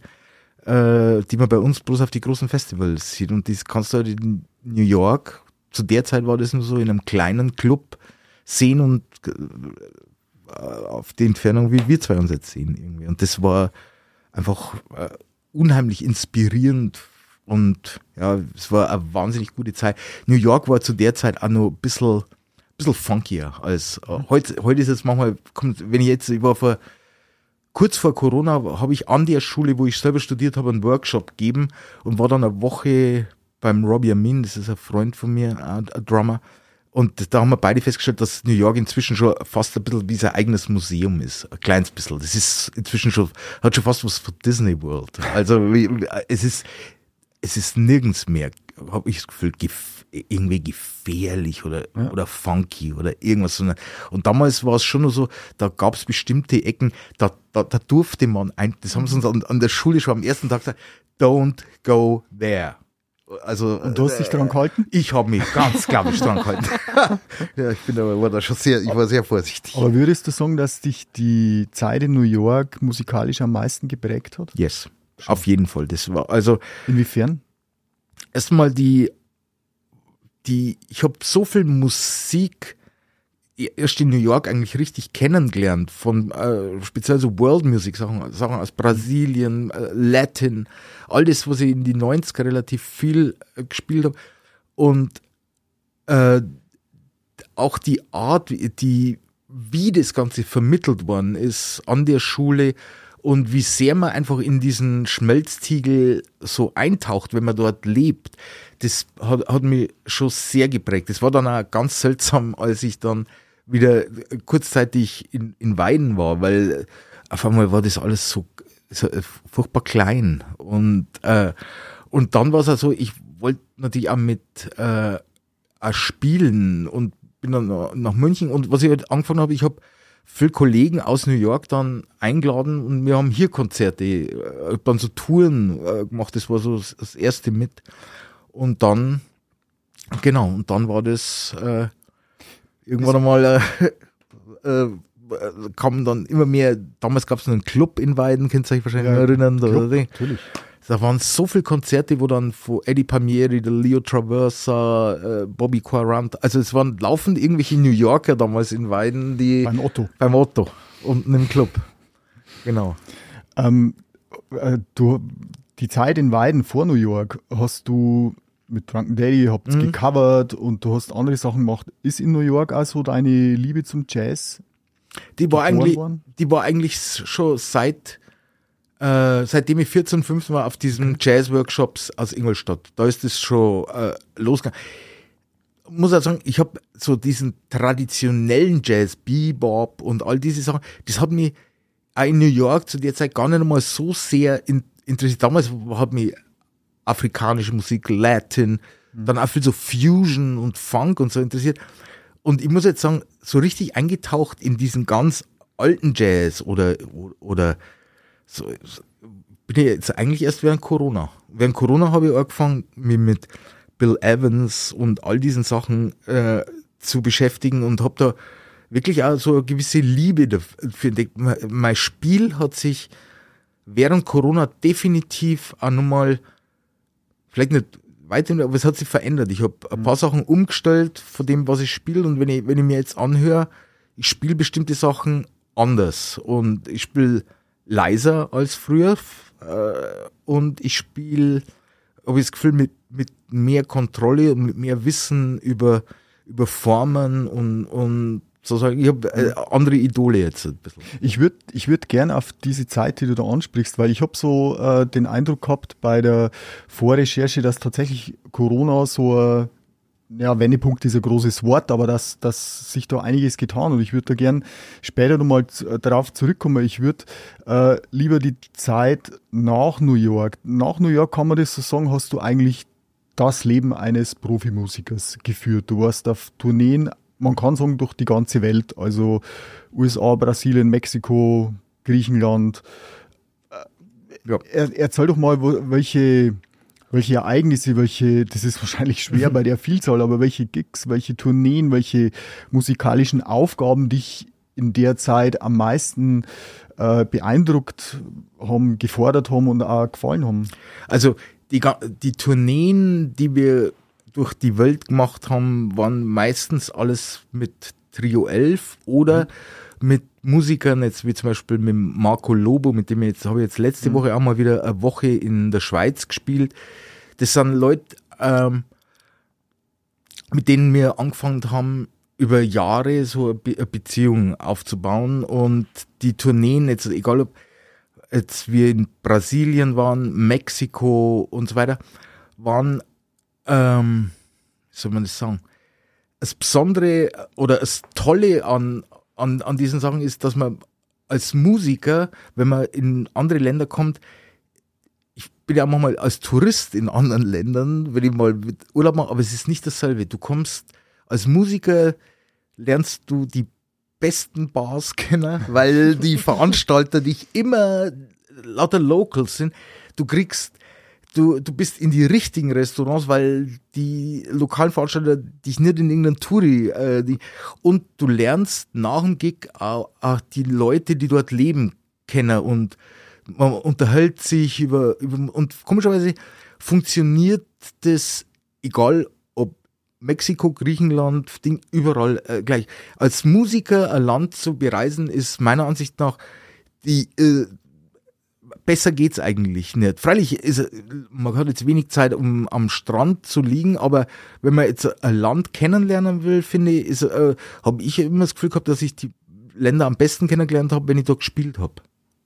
äh, die man bei uns bloß auf die großen Festivals sieht. Und das kannst du halt in New York, zu der Zeit war das nur so, in einem kleinen Club sehen und auf die Entfernung, wie wir zwei uns jetzt sehen irgendwie. Und das war einfach äh, unheimlich inspirierend und ja, es war eine wahnsinnig gute Zeit. New York war zu der Zeit auch noch ein bisschen, bisschen funkier als äh, heute. Heute ist es manchmal, kommt, wenn ich jetzt, ich war vor, kurz vor Corona, habe ich an der Schule, wo ich selber studiert habe, einen Workshop gegeben und war dann eine Woche beim Robbie Amin, das ist ein Freund von mir, ein, ein Drummer. Und da haben wir beide festgestellt, dass New York inzwischen schon fast ein bisschen wie sein eigenes Museum ist. Ein kleines bisschen. Das ist inzwischen schon, hat schon fast was von Disney World. Also, es ist, es ist nirgends mehr, habe ich das Gefühl, gef- irgendwie gefährlich oder, ja. oder funky oder irgendwas. Und damals war es schon nur so, da gab es bestimmte Ecken, da, da, da durfte man ein, das haben sie uns an, an der Schule schon am ersten Tag gesagt, don't go there. Also, Und du hast dich dran gehalten? Ich habe mich ganz, glaube ich, dran gehalten. Ja, ich bin aber war da schon sehr, ich war sehr vorsichtig. Aber würdest du sagen, dass dich die Zeit in New York musikalisch am meisten geprägt hat? Yes, auf jeden Fall. Das war also Inwiefern? erstmal die, die, ich habe so viel Musik erst in New York eigentlich richtig kennengelernt, von äh, speziell so World Music, Sachen, Sachen aus Brasilien, äh, Latin, all das, was ich in die neunziger relativ viel äh, gespielt habe. Und äh, auch die Art, die, wie das Ganze vermittelt worden ist an der Schule und wie sehr man einfach in diesen Schmelztiegel so eintaucht, wenn man dort lebt, das hat, hat mich schon sehr geprägt. Das war dann auch ganz seltsam, als ich dann wieder kurzzeitig in, in Weiden war, weil auf einmal war das alles so, so furchtbar klein. Und, äh, und dann war es auch so, ich wollte natürlich auch mit äh, auch spielen und bin dann nach München. Und was ich halt angefangen habe, ich habe viele Kollegen aus New York dann eingeladen und wir haben hier Konzerte, äh, dann so Touren äh, gemacht, das war so das, das erste mit. Und dann, genau, und dann war das äh, irgendwann einmal äh, äh, kamen dann immer mehr, damals gab es noch einen Club in Weiden, könnt ihr euch wahrscheinlich Ja, erinnern. Club, oder? natürlich. Da waren so viele Konzerte, wo dann von Eddie Palmieri, der Leo Traversa, äh, Bobby Quarant, also es waren laufend irgendwelche New Yorker damals in Weiden, die Beim Otto. beim Otto unten im Club. Genau. Ähm, äh, du, die Zeit in Weiden vor New York hast du mit Drunken Daddy, habt Mhm. gecovert und du hast andere Sachen gemacht. Ist in New York also deine Liebe zum Jazz? Die war geboren eigentlich, worden? die war eigentlich schon seit, äh, seitdem ich vierzehn, fünfzehn war auf diesen Jazz-Workshops aus Ingolstadt. Da ist es schon äh, losgegangen. Muss auch sagen, ich habe so diesen traditionellen Jazz, Bebop und all diese Sachen, das hat mich auch in New York zu der Zeit gar nicht einmal so sehr in, interessiert. Damals hat mich afrikanische Musik, Latin, mhm. dann auch viel so Fusion und Funk und so interessiert. Und ich muss jetzt sagen, so richtig eingetaucht in diesen ganz alten Jazz oder, oder so, so bin ich jetzt eigentlich erst während Corona. Während Corona habe ich angefangen, mich mit Bill Evans und all diesen Sachen äh, zu beschäftigen und habe da wirklich auch so eine gewisse Liebe dafür entdeckt. Mein Spiel hat sich während Corona definitiv auch nochmal, vielleicht nicht weiterhin, aber es hat sich verändert. Ich habe ein paar Sachen umgestellt von dem, was ich spiele, und wenn ich, wenn ich mir jetzt anhöre, ich spiele bestimmte Sachen anders und ich spiele leiser als früher äh, und ich spiele, habe ich das Gefühl, mit, mit mehr Kontrolle und mit mehr Wissen über, über Formen und, und sozusagen, ich habe äh, andere Idole jetzt ein bisschen. Ich würde ich würd gern auf diese Zeit, die du da ansprichst, weil ich habe so äh, den Eindruck gehabt bei der Vorrecherche, dass tatsächlich Corona so ein, ja, Wendepunkt ist ein großes Wort, aber dass, dass sich da einiges getan, und ich würde da gern später nochmal darauf zurückkommen. Ich würde äh, lieber die Zeit nach New York, nach New York kann man das so sagen, hast du eigentlich das Leben eines Profimusikers geführt. Du warst auf Tourneen, man kann sagen, durch die ganze Welt, also U S A, Brasilien, Mexiko, Griechenland. Ja. Er, erzähl doch mal, wo, welche, welche Ereignisse, welche, das ist wahrscheinlich schwer bei der Vielzahl, aber welche Gigs, welche Tourneen, welche musikalischen Aufgaben dich in der Zeit am meisten äh, beeindruckt haben, gefordert haben und auch gefallen haben? Also die, die Tourneen, die wir durch die Welt gemacht haben, waren meistens alles mit Trio elf oder mhm. mit Musikern, jetzt wie zum Beispiel mit Marco Lobo, mit dem ich jetzt, habe ich jetzt letzte mhm. Woche auch mal wieder eine Woche in der Schweiz gespielt. Das sind Leute, ähm, mit denen wir angefangen haben, über Jahre so eine, Be- eine Beziehung aufzubauen, und die Tourneen, jetzt egal ob jetzt wir in Brasilien waren, Mexiko und so weiter, waren Ähm, wie soll man das sagen? Das Besondere oder das Tolle an, an, an diesen Sachen ist, dass man als Musiker, wenn man in andere Länder kommt, ich bin ja manchmal als Tourist in anderen Ländern, wenn ich mal mit Urlaub mache, aber es ist nicht dasselbe. Du kommst als Musiker, lernst du die besten Bars kennen, weil die Veranstalter dich immer lauter Locals sind. Du kriegst du, du bist in die richtigen Restaurants, weil die lokalen Veranstalter dich nicht in irgendeinen Touri, äh, die, und du lernst nach dem Gig auch, auch die Leute, die dort leben, kennen und man unterhält sich über, über und komischerweise funktioniert das, egal ob Mexiko, Griechenland, Ding, überall äh, gleich. Als Musiker ein Land zu bereisen, ist meiner Ansicht nach die äh, besser geht's eigentlich nicht. Freilich ist, man hat jetzt wenig Zeit, um am Strand zu liegen, aber wenn man jetzt ein Land kennenlernen will, finde ich, ist, äh, habe ich immer das Gefühl gehabt, dass ich die Länder am besten kennengelernt habe, wenn ich da gespielt habe.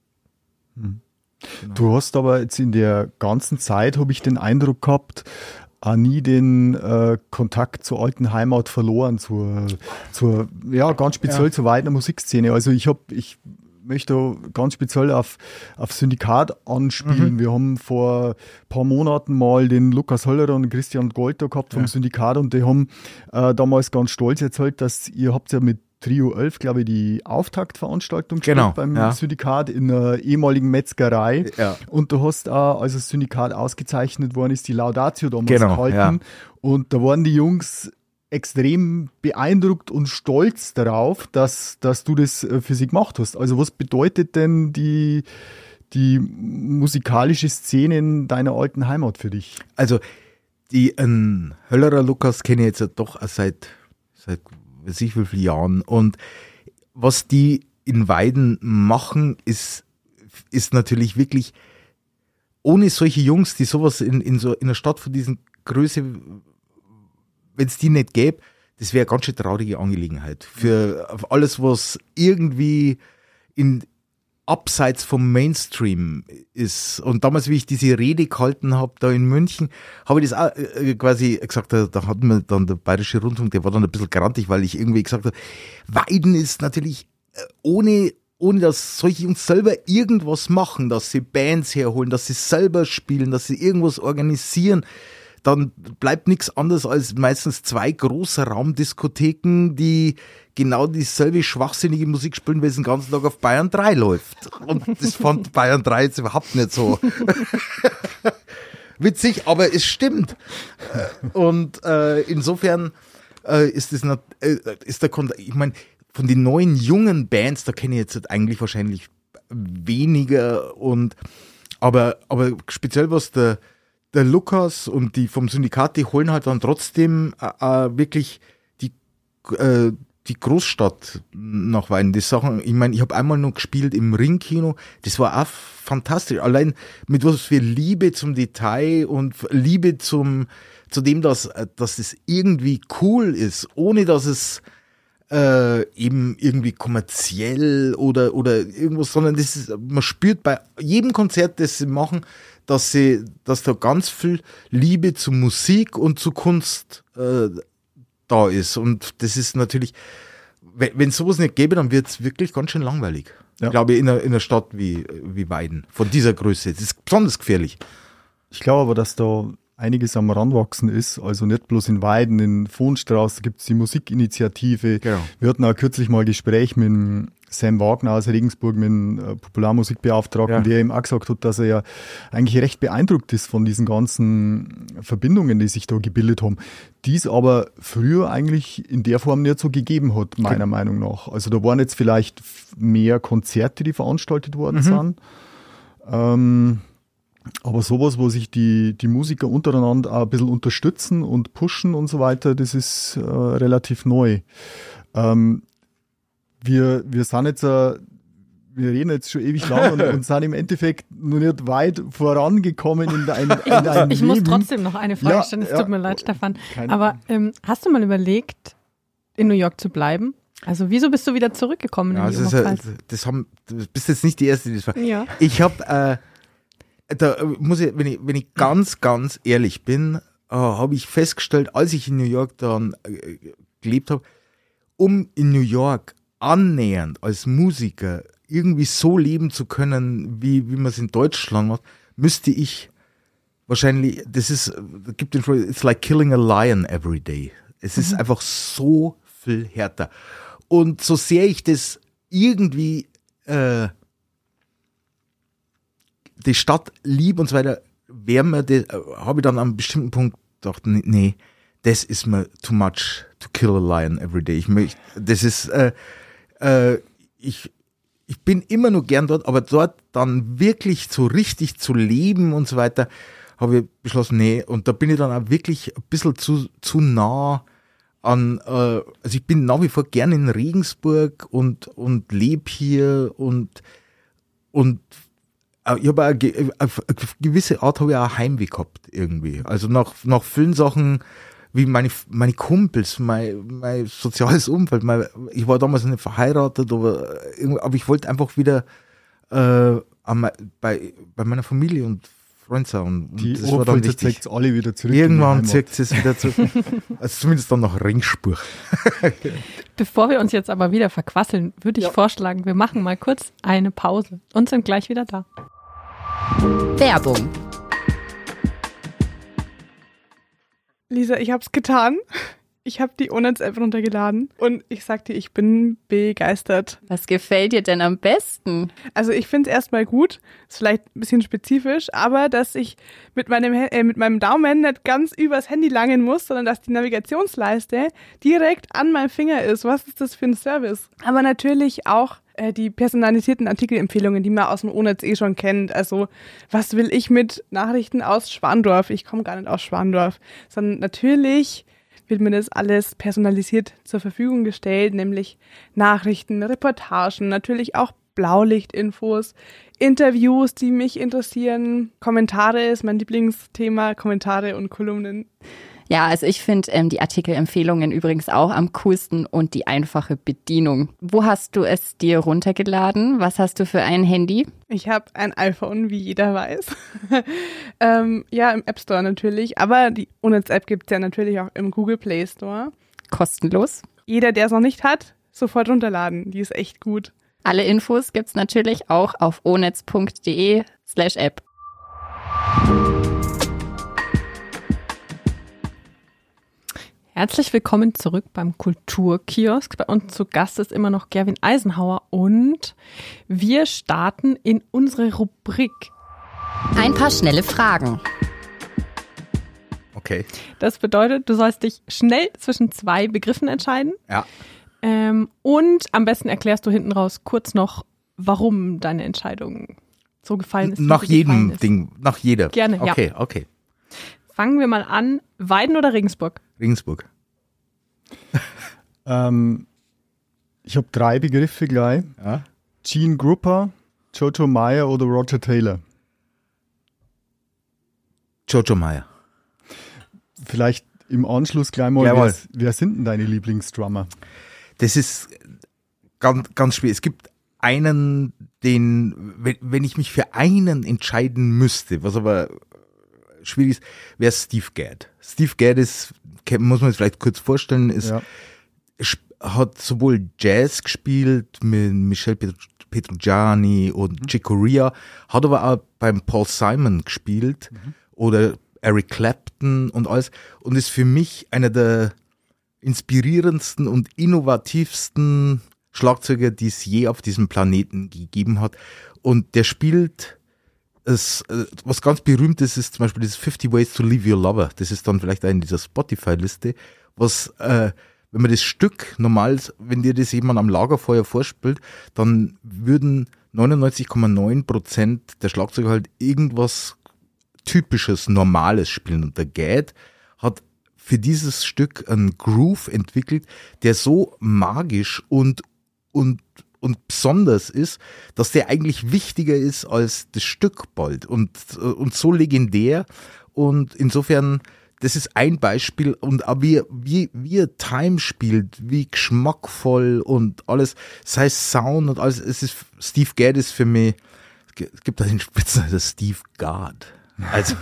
Hm. Genau. Du hast aber jetzt in der ganzen Zeit, habe ich den Eindruck gehabt, auch nie den äh, Kontakt zur alten Heimat verloren, zur, zur ja, ganz speziell ja. zur Weidner Musikszene. Also ich habe, ich möchte ganz speziell auf, auf Syndikat anspielen. Mhm. Wir haben vor ein paar Monaten mal den Lukas Höllerer und Christian Golter gehabt vom ja. Syndikat und die haben äh, damals ganz stolz erzählt, dass ihr habt ja mit Trio elf, glaube ich, die Auftaktveranstaltung genau, beim ja. Syndikat in einer ehemaligen Metzgerei. Ja. Und du hast auch, als das Syndikat ausgezeichnet worden ist, die Laudatio damals genau, gehalten. Ja. Und da waren die Jungs extrem beeindruckt und stolz darauf, dass, dass du das für sie gemacht hast. Also was bedeutet denn die, die musikalische Szene in deiner alten Heimat für dich? Also die äh, Höllerer Lukas kenne ich jetzt doch seit, seit weiß ich wie viele Jahren. Und was die in Weiden machen, ist, ist natürlich wirklich, ohne solche Jungs, die sowas in, in so in einer Stadt von diesen Größe, wenn es die nicht gäbe, das wäre eine ganz schön traurige Angelegenheit. Für alles, was irgendwie in abseits vom Mainstream ist. Und damals, wie ich diese Rede gehalten habe, da in München, habe ich das auch äh, quasi gesagt, da, da hat mir dann der Bayerische Rundfunk, der war dann ein bisschen grantig, weil ich irgendwie gesagt habe, Weiden ist natürlich äh, ohne, ohne dass solche Jungs selber irgendwas machen, dass sie Bands herholen, dass sie selber spielen, dass sie irgendwas organisieren, dann bleibt nichts anderes als meistens zwei große Raumdiskotheken, die genau dieselbe schwachsinnige Musik spielen, weil es den ganzen Tag auf Bayern drei läuft. Und das fand Bayern drei jetzt überhaupt nicht so witzig, aber es stimmt. Und äh, insofern äh, ist das nicht, äh, ist der Kon- ich meine, von den neuen jungen Bands, da kenne ich jetzt eigentlich wahrscheinlich weniger und aber, aber speziell was der Der Lukas und die vom Syndikat, die holen halt dann trotzdem äh, äh, wirklich die, äh, die Großstadt nach Weiden. Die Sachen, ich meine, ich habe einmal noch gespielt im Ringkino, das war auch fantastisch. Allein mit was für Liebe zum Detail und Liebe zum zu dem, dass, dass es irgendwie cool ist, ohne dass es äh, eben irgendwie kommerziell oder, oder irgendwas, sondern das ist, man spürt bei jedem Konzert, das sie machen, dass sie, dass da ganz viel Liebe zu Musik und zu Kunst äh, da ist. Und das ist natürlich, wenn es sowas nicht gäbe, dann wird es wirklich ganz schön langweilig. Ja. Ich glaube, in einer, in einer Stadt wie, wie Weiden, von dieser Größe. Das ist besonders gefährlich. Ich glaube aber, dass da einiges am Ranwachsen ist, also nicht bloß in Weiden, in Vohnstrauß gibt es die Musikinitiative. Genau. Wir hatten auch kürzlich mal ein Gespräch mit dem Sam Wagner aus Regensburg, mit dem äh, Popularmusikbeauftragten, ja. der ihm auch gesagt hat, dass er ja eigentlich recht beeindruckt ist von diesen ganzen Verbindungen, die sich da gebildet haben, die es aber früher eigentlich in der Form nicht so gegeben hat, meiner okay. Meinung nach. Also da waren jetzt vielleicht mehr Konzerte, die veranstaltet worden mhm. sind, ähm, aber sowas, wo sich die, die Musiker untereinander auch ein bisschen unterstützen und pushen und so weiter, das ist äh, relativ neu. Ähm, wir, wir sind jetzt, äh, wir reden jetzt schon ewig lang und, und sind im Endeffekt noch nicht weit vorangekommen in dein, in dein Ich Leben. muss trotzdem noch eine Frage ja, stellen, es ja, tut mir leid, Stefan. Aber ähm, hast du mal überlegt, in New York zu bleiben? Also wieso bist du wieder zurückgekommen ja, in die das, ist, das haben, du bist jetzt nicht die Erste, die das war. Ja. Ich habe äh, Da muss ich, wenn ich, wenn ich ganz, ganz ehrlich bin, äh, habe ich festgestellt, als ich in New York dann äh, gelebt habe, um in New York annähernd als Musiker irgendwie so leben zu können, wie, wie man es in Deutschland macht, müsste ich wahrscheinlich, das ist, es gibt den Spruch, it's like killing a lion every day. Es ist mhm. einfach so viel härter. Und so sehr ich das irgendwie äh, die Stadt lieb und so weiter, wäre mir das, habe ich dann an einem bestimmten Punkt gedacht, nee, nee, das ist mir too much to kill a lion every day. Ich möchte, das ist, äh, äh, ich, ich bin immer nur gern dort, aber dort dann wirklich so richtig zu leben und so weiter, habe ich beschlossen, nee, und da bin ich dann auch wirklich ein bisschen zu, zu nah an, äh, also ich bin nach wie vor gern in Regensburg und, und lebe hier und, und ich habe eine, eine gewisse Art habe ich auch Heimweh gehabt irgendwie. Also nach, nach vielen Sachen, wie meine, meine Kumpels, mein, mein soziales Umfeld, mein, ich war damals nicht verheiratet, aber, aber ich wollte einfach wieder äh, bei, bei meiner Familie und Freund sein. Und die das war dann wichtig. Zieht alle wieder zurück. Irgendwann zieht es wieder zurück. Also zumindest dann nach Ringsburg. Bevor wir uns jetzt aber wieder verquasseln, würde ich ja. vorschlagen, wir machen mal kurz eine Pause und sind gleich wieder da. Werbung. Lisa, ich hab's getan. Ich habe die Onetz-App runtergeladen und ich sag dir, ich bin begeistert. Was gefällt dir denn am besten? Also ich finde es erstmal gut, ist vielleicht ein bisschen spezifisch, aber dass ich mit meinem, äh, mit meinem Daumen nicht ganz übers Handy langen muss, sondern dass die Navigationsleiste direkt an meinem Finger ist. Was ist das für ein Service? Aber natürlich auch äh, die personalisierten Artikelempfehlungen, die man aus dem Onetz eh schon kennt. Also was will ich mit Nachrichten aus Schwandorf? Ich komme gar nicht aus Schwandorf, sondern natürlich wird mir das alles personalisiert zur Verfügung gestellt, nämlich Nachrichten, Reportagen, natürlich auch Blaulichtinfos, Interviews, die mich interessieren, Kommentare ist mein Lieblingsthema, Kommentare und Kolumnen. Ja, also ich finde ähm, die Artikelempfehlungen übrigens auch am coolsten und die einfache Bedienung. Wo hast du es dir runtergeladen? Was hast du für ein Handy? Ich habe ein iPhone, wie jeder weiß. ähm, ja, im App Store natürlich, aber die Onetz-App gibt es ja natürlich auch im Google Play Store. Kostenlos. Jeder, der es noch nicht hat, sofort runterladen. Die ist echt gut. Alle Infos gibt's natürlich auch auf onetz.de slash app. Herzlich willkommen zurück beim Kulturkiosk. Bei uns zu Gast ist immer noch Gerwin Eisenhauer und wir starten in unsere Rubrik. Ein paar schnelle Fragen. Okay. Das bedeutet, du sollst dich schnell zwischen zwei Begriffen entscheiden. Ja. Ähm, und am besten erklärst du hinten raus kurz noch, warum deine Entscheidung so gefallen ist. Nach jedem ist. Ding, nach jeder. Gerne, ja. Okay, okay. Fangen wir mal an. Weiden oder Regensburg? Regensburg. ähm, ich habe drei Begriffe gleich. Ja. Gene Grupper, Jojo Meyer oder Roger Taylor? Jojo Meyer. Vielleicht im Anschluss gleich mal, wer, wer sind denn deine Lieblingsdrummer? Das ist ganz, ganz schwer. Es gibt einen, den, wenn, wenn ich mich für einen entscheiden müsste, was aber schwierig ist, wäre Steve Gadd. Steve Gadd ist, muss man sich vielleicht kurz vorstellen, ist, ja. hat sowohl Jazz gespielt mit Michel Petrucciani und mhm. Chick Corea, hat aber auch beim Paul Simon gespielt mhm. oder Eric Clapton und alles und ist für mich einer der inspirierendsten und innovativsten Schlagzeuger, die es je auf diesem Planeten gegeben hat. Und der spielt es, was ganz berühmt ist, ist zum Beispiel dieses fifty Ways to Leave Your Lover. Das ist dann vielleicht auch in dieser Spotify-Liste, was, äh, wenn man das Stück normal, wenn dir das jemand am Lagerfeuer vorspielt, dann würden neunundneunzig Komma neun Prozent der Schlagzeuger halt irgendwas Typisches, Normales spielen. Und der Gadd hat für dieses Stück einen Groove entwickelt, der so magisch und, und, und besonders ist, dass der eigentlich wichtiger ist als das Stück bald und, und so legendär. Und insofern, das ist ein Beispiel. Und auch wie, wie, wie er Time spielt, wie geschmackvoll und alles, sei es Sound und alles. Es ist, Steve Gadd ist für mich, es gibt da den Spitznamen, Steve God. Also,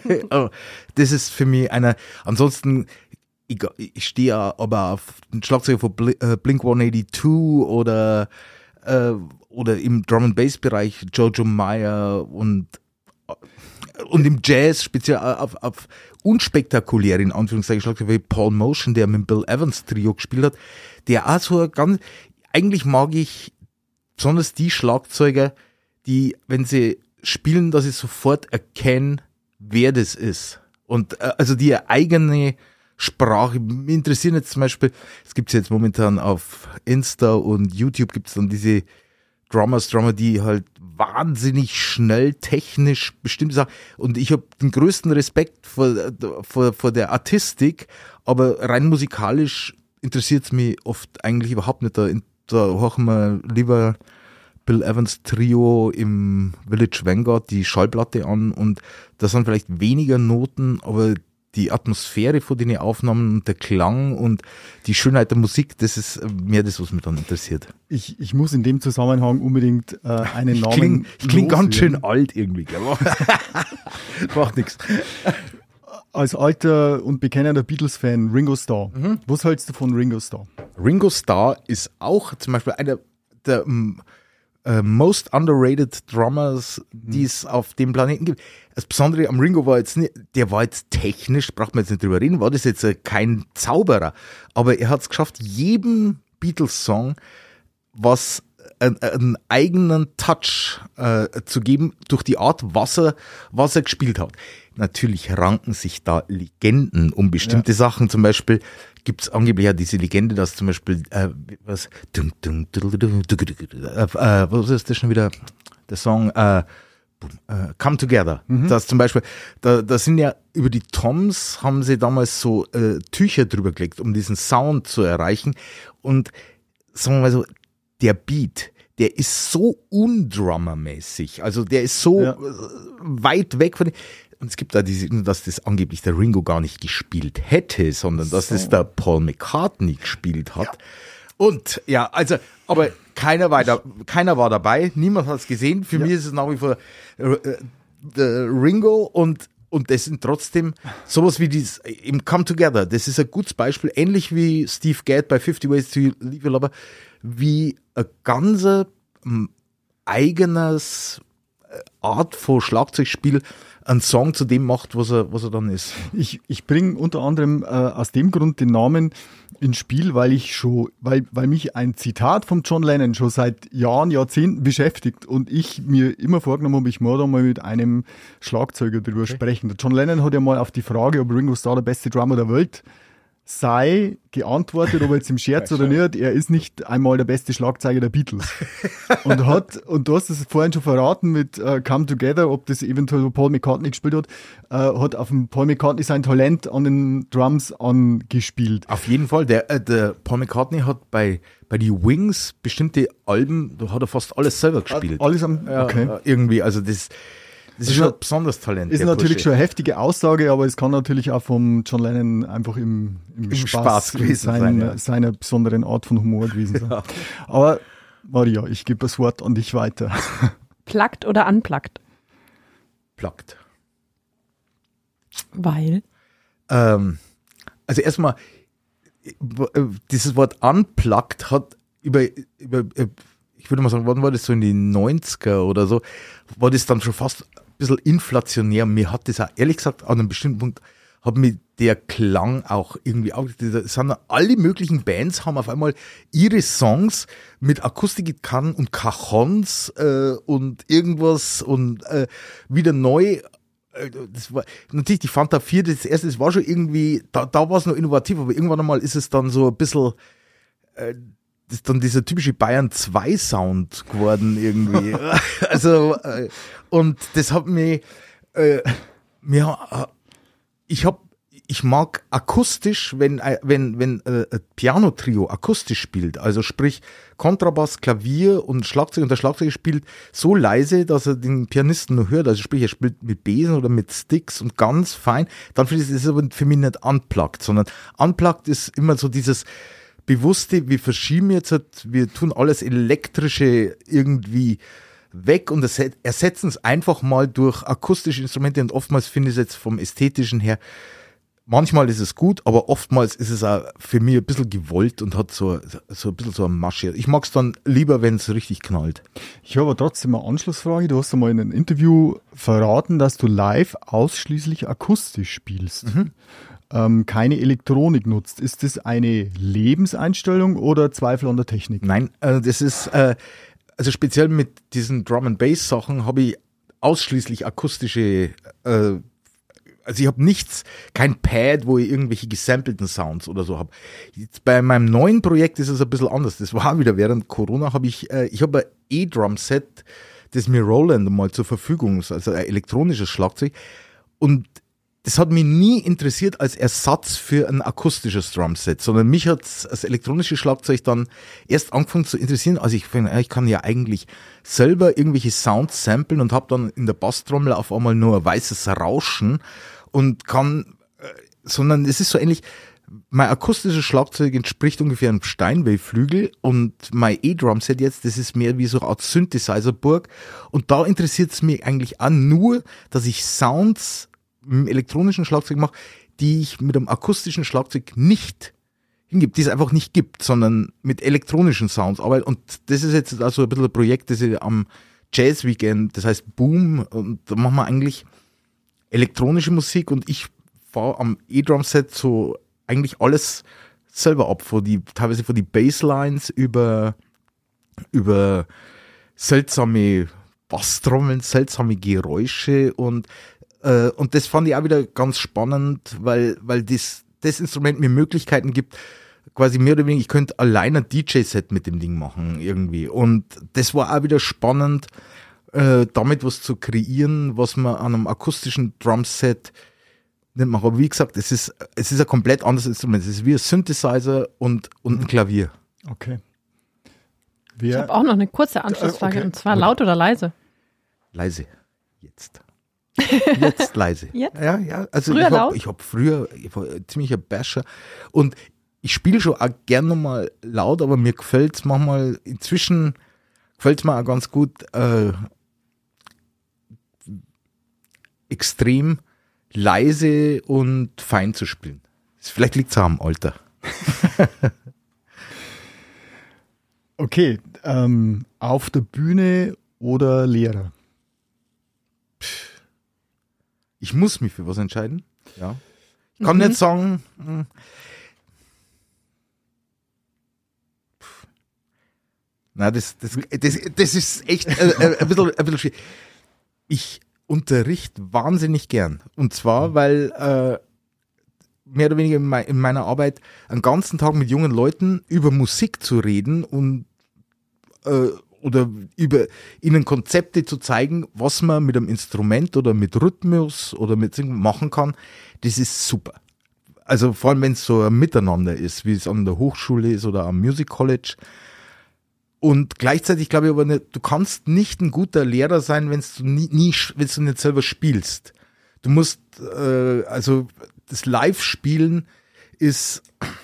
das ist für mich einer, ansonsten, ich, ich stehe aber auf den Schlagzeuger von Blink one eighty-two oder, äh, oder im Drum and Bass Bereich Jojo Meyer und, und im Jazz speziell auf, auf unspektakulär, in Anführungszeichen, Schlagzeuger wie Paul Motion, der mit dem Bill Evans Trio gespielt hat, der auch so ganz, eigentlich mag ich besonders die Schlagzeuger, die, wenn sie spielen, dass ich sofort erkenne, wer das ist. Und äh, also die eigene Sprache. Mich interessieren jetzt zum Beispiel, es gibt jetzt momentan auf Insta und YouTube gibt es dann diese Drummers, Drummer, die halt wahnsinnig schnell technisch bestimmte Sachen. Und ich habe den größten Respekt vor, vor, vor der Artistik, aber rein musikalisch interessiert es mich oft eigentlich überhaupt nicht. Da, da hören wir lieber Bill Evans Trio im Village Vanguard die Schallplatte an und da sind vielleicht weniger Noten, aber die Atmosphäre von den Aufnahmen und der Klang und die Schönheit der Musik, das ist mehr das, was mich dann interessiert. Ich, ich muss in dem Zusammenhang unbedingt äh, einen Namen. Ich klinge kling ganz schön alt irgendwie, gell? Macht nichts. Als alter und bekennender Beatles-Fan, Ringo Starr. Mhm. Was hältst du von Ringo Starr? Ringo Starr ist auch zum Beispiel einer der um, uh, most underrated Drummers, mhm. die es auf dem Planeten gibt. Das Besondere am Ringo war jetzt nicht, der war jetzt technisch, braucht man jetzt nicht drüber reden, war das jetzt kein Zauberer, aber er hat es geschafft, jedem Beatles-Song was einen, einen eigenen Touch äh, zu geben durch die Art, was er, was er gespielt hat. Natürlich ranken sich da Legenden um bestimmte ja. Sachen. Zum Beispiel gibt es angeblich ja diese Legende, dass zum Beispiel äh, was, äh, was ist das schon wieder? Der Song äh, Uh, Come Together. Mhm. Das zum Beispiel, da, da sind ja über die Toms haben sie damals so äh, Tücher drüber gelegt, um diesen Sound zu erreichen. Und sagen wir mal so, der Beat, der ist so undrummermäßig. Also der ist so ja. weit weg von den. Und es gibt da diese, dass das angeblich der Ringo gar nicht gespielt hätte, sondern dass so. das der Paul McCartney gespielt hat. Ja. Und ja, also, aber keiner war, da, keiner war dabei, niemand hat es gesehen. Für ja. mich ist es nach wie vor äh, der Ringo und, und das sind trotzdem sowas wie dieses im Come Together. Das ist ein gutes Beispiel, ähnlich wie Steve Gadd bei fifty Ways to Leave Your Lover, wie ein ganzer ähm, eigenes äh, Art von Schlagzeugspiel einen Song zu dem macht, was er, was er dann ist. Ich, ich bringe unter anderem äh, aus dem Grund den Namen ins Spiel, weil ich schon, weil, weil mich ein Zitat von John Lennon schon seit Jahren, Jahrzehnten beschäftigt und ich mir immer vorgenommen habe, ich muss da mal mit einem Schlagzeuger drüber okay. sprechen. Der John Lennon hat ja mal auf die Frage, ob Ringo Starr der beste Drummer der Welt sei, geantwortet, ob er jetzt im Scherz oder nicht, er ist nicht einmal der beste Schlagzeuger der Beatles. Und hat, und du hast es vorhin schon verraten mit uh, Come Together, ob das eventuell Paul McCartney gespielt hat, uh, hat auf dem Paul McCartney sein Talent an den Drums angespielt. Auf jeden Fall, der, äh, der Paul McCartney hat bei, bei die Wings bestimmte Alben, da hat er fast alles selber gespielt. Alles am, okay. Ja, irgendwie, also das Das ist schon ein besonderes Talent. Ist natürlich Bursche. schon eine heftige Aussage, aber es kann natürlich auch vom John Lennon einfach im, im, Im Spaß, Spaß gewesen sein, sein, ja. seiner besonderen Art von Humor gewesen sein. Ja. Aber Maria, ich gebe das Wort an dich weiter. Plugged oder unplugged? Plugged. Weil? Ähm, also erstmal, dieses Wort unplugged hat über, über ich würde mal sagen, wann war das so in den neunziger oder so, war das dann schon fast ein bisschen inflationär. Mir hat das auch, ehrlich gesagt, an einem bestimmten Punkt, hat mir der Klang auch irgendwie, auch, das sind alle möglichen Bands, haben auf einmal ihre Songs mit Akustikgitarren und Cajons äh, und irgendwas und äh, wieder neu. Das war natürlich die Fanta vier, das erste, das war schon irgendwie, da, da war es noch innovativ, aber irgendwann einmal ist es dann so ein bisschen, äh, das ist dann dieser typische Bayern zwei Sound geworden irgendwie. Also, äh, und das hat mich, äh, mir, ich hab, ich mag akustisch, wenn, wenn, wenn äh, ein Piano-Trio akustisch spielt, also sprich Kontrabass, Klavier und Schlagzeug, und der Schlagzeuger spielt so leise, dass er den Pianisten nur hört, also sprich, er spielt mit Besen oder mit Sticks und ganz fein, dann finde ich, das ist aber für mich nicht unplugged, sondern unplugged ist immer so dieses bewusste, wir verschieben jetzt, wir tun alles Elektrische irgendwie weg und ersetzen es einfach mal durch akustische Instrumente, und oftmals finde ich es jetzt vom Ästhetischen her, manchmal ist es gut, aber oftmals ist es auch für mich ein bisschen gewollt und hat so, so ein bisschen so eine Masche. Ich mag es dann lieber, wenn es richtig knallt. Ich habe aber trotzdem eine Anschlussfrage. Du hast einmal in einem Interview verraten, dass du live ausschließlich akustisch spielst. Mhm. Ähm, keine Elektronik nutzt. Ist das eine Lebenseinstellung oder Zweifel an der Technik? Nein, äh, das ist, äh, also speziell mit diesen Drum and Bass Sachen habe ich ausschließlich akustische äh, also ich habe nichts, kein Pad, wo ich irgendwelche gesampelten Sounds oder so habe. Jetzt bei meinem neuen Projekt ist es ein bisschen anders. Das war wieder während Corona, habe ich, äh, ich habe ein E-Drum-Set, das mir Roland mal zur Verfügung ist, also ein elektronisches Schlagzeug. Und das hat mich nie interessiert als Ersatz für ein akustisches Drumset, sondern mich hat das elektronische Schlagzeug dann erst angefangen zu interessieren, als ich finde, ich kann ja eigentlich selber irgendwelche Sounds samplen und habe dann in der Basstrommel auf einmal nur ein weißes Rauschen und kann, sondern es ist so ähnlich, mein akustisches Schlagzeug entspricht ungefähr einem Steinway-Flügel und mein E-Drum-Set jetzt, das ist mehr wie so eine Art Synthesizer-Burg und da interessiert es mich eigentlich auch nur, dass ich Sounds im elektronischen Schlagzeug mache, die ich mit einem akustischen Schlagzeug nicht hingebe, die es einfach nicht gibt, sondern mit elektronischen Sounds arbeite. Und das ist jetzt also ein bisschen ein Projekt, das ich am Jazz Weekend, das heißt Boom, und da machen wir eigentlich elektronische Musik und ich fahre am E-Drum-Set so eigentlich alles selber ab, von die, teilweise von die Basslines über, über seltsame Basstrommeln, seltsame Geräusche und äh, und das fand ich auch wieder ganz spannend, weil weil das, das Instrument mir Möglichkeiten gibt, quasi mehr oder weniger, ich könnte alleine ein D J-Set mit dem Ding machen irgendwie und das war auch wieder spannend, äh, damit was zu kreieren, was man an einem akustischen Drumset nicht macht. Aber wie gesagt, es ist, es ist ein komplett anderes Instrument. Es ist wie ein Synthesizer und, und ein Klavier. Okay. Wer, ich habe auch noch eine kurze Anschlussfrage, okay. Und zwar laut oder leise? Leise. Jetzt. Jetzt leise. Jetzt? Ja, ja. Also früher ich habe laut? Ich hab früher, ich war ein ziemlicher Basher und ich spiele schon auch gern nochmal laut, aber mir gefällt es manchmal, inzwischen gefällt es mir auch ganz gut, äh, extrem leise und fein zu spielen. Vielleicht liegt es auch am Alter. Okay, ähm, auf der Bühne oder Lehrer? Ich muss mich für was entscheiden. Ja. Ich kann mhm. nicht sagen. Mh. Na, das, das, das, das ist echt äh, ein, bisschen, ein bisschen schwierig. Ich unterrichte wahnsinnig gern. Und zwar, weil äh, mehr oder weniger in, me- in meiner Arbeit einen ganzen Tag mit jungen Leuten über Musik zu reden und äh, oder über ihnen Konzepte zu zeigen, was man mit einem Instrument oder mit Rhythmus oder mit Singen machen kann, das ist super. Also vor allem, wenn es so ein Miteinander ist, wie es an der Hochschule ist oder am Music College. Und gleichzeitig glaube ich aber nicht, du kannst nicht ein guter Lehrer sein, wenn du nie, nie wenn du nicht selber spielst. Du musst, äh, also das Live-Spielen ist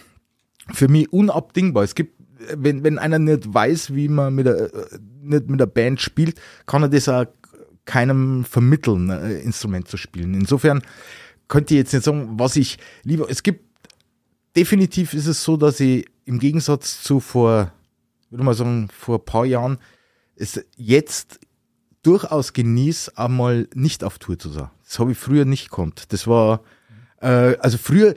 für mich unabdingbar. Es gibt, wenn, wenn einer nicht weiß, wie man mit der, nicht mit der Band spielt, kann er das auch keinem vermitteln, ein Instrument zu spielen. Insofern könnte ich jetzt nicht sagen, was ich lieber, es gibt, definitiv ist es so, dass ich im Gegensatz zu vor, würde mal sagen, vor ein paar Jahren, es jetzt durchaus genieße, einmal nicht auf Tour zu sein. Das habe ich früher nicht gekonnt. Das war, äh, also früher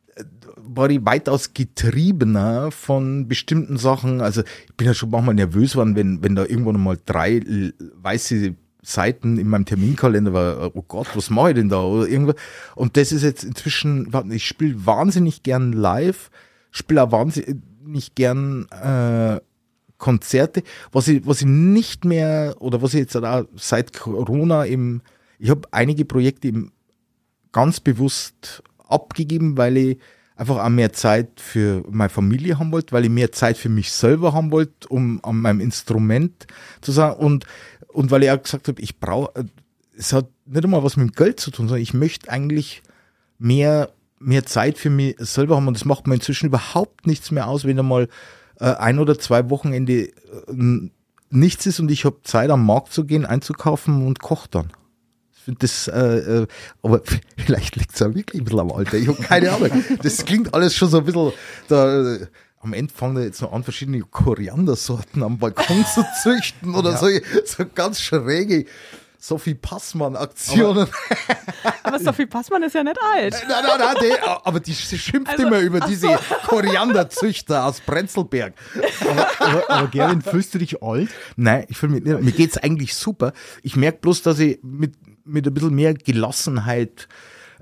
war ich weitaus getriebener von bestimmten Sachen. Also ich bin ja schon manchmal nervös geworden, wenn, wenn da irgendwann mal drei weiße Seiten in meinem Terminkalender war, oh Gott, was mache ich denn da? Oder irgendwas. Und das ist jetzt inzwischen, ich spiele wahnsinnig gern live, spiele auch wahnsinnig gern äh, Konzerte, was ich, was ich nicht mehr, oder was ich jetzt auch seit Corona eben, ich habe einige Projekte eben ganz bewusst abgegeben, weil ich einfach auch mehr Zeit für meine Familie haben wollte, weil ich mehr Zeit für mich selber haben wollte, um an meinem Instrument zu sein und, und weil ich auch gesagt habe, ich brauche, es hat nicht einmal was mit dem Geld zu tun, sondern ich möchte eigentlich mehr, mehr Zeit für mich selber haben und das macht mir inzwischen überhaupt nichts mehr aus, wenn einmal ein oder zwei Wochenende äh, nichts ist und ich habe Zeit am Markt zu gehen, einzukaufen und koche dann. Ich finde das, äh, äh, aber vielleicht liegt es ja wirklich ein bisschen am Alter. Ich habe keine Ahnung. Das klingt alles schon so ein bisschen, da, äh, am Ende fangen wir jetzt noch an, verschiedene Koriandersorten am Balkon zu züchten oder ja. so, so ganz schräge Sophie Passmann-Aktionen. Aber, aber Sophie Passmann ist ja nicht alt. Nein, nein, nein, die, aber die schimpft also, immer über diese so. Korianderzüchter aus Prenzlberg. Aber, aber, aber Gerwin, fühlst du dich alt? Nein, ich fühle mich nicht. Mir geht's eigentlich super. Ich merke bloß, dass ich mit, mit ein bisschen mehr Gelassenheit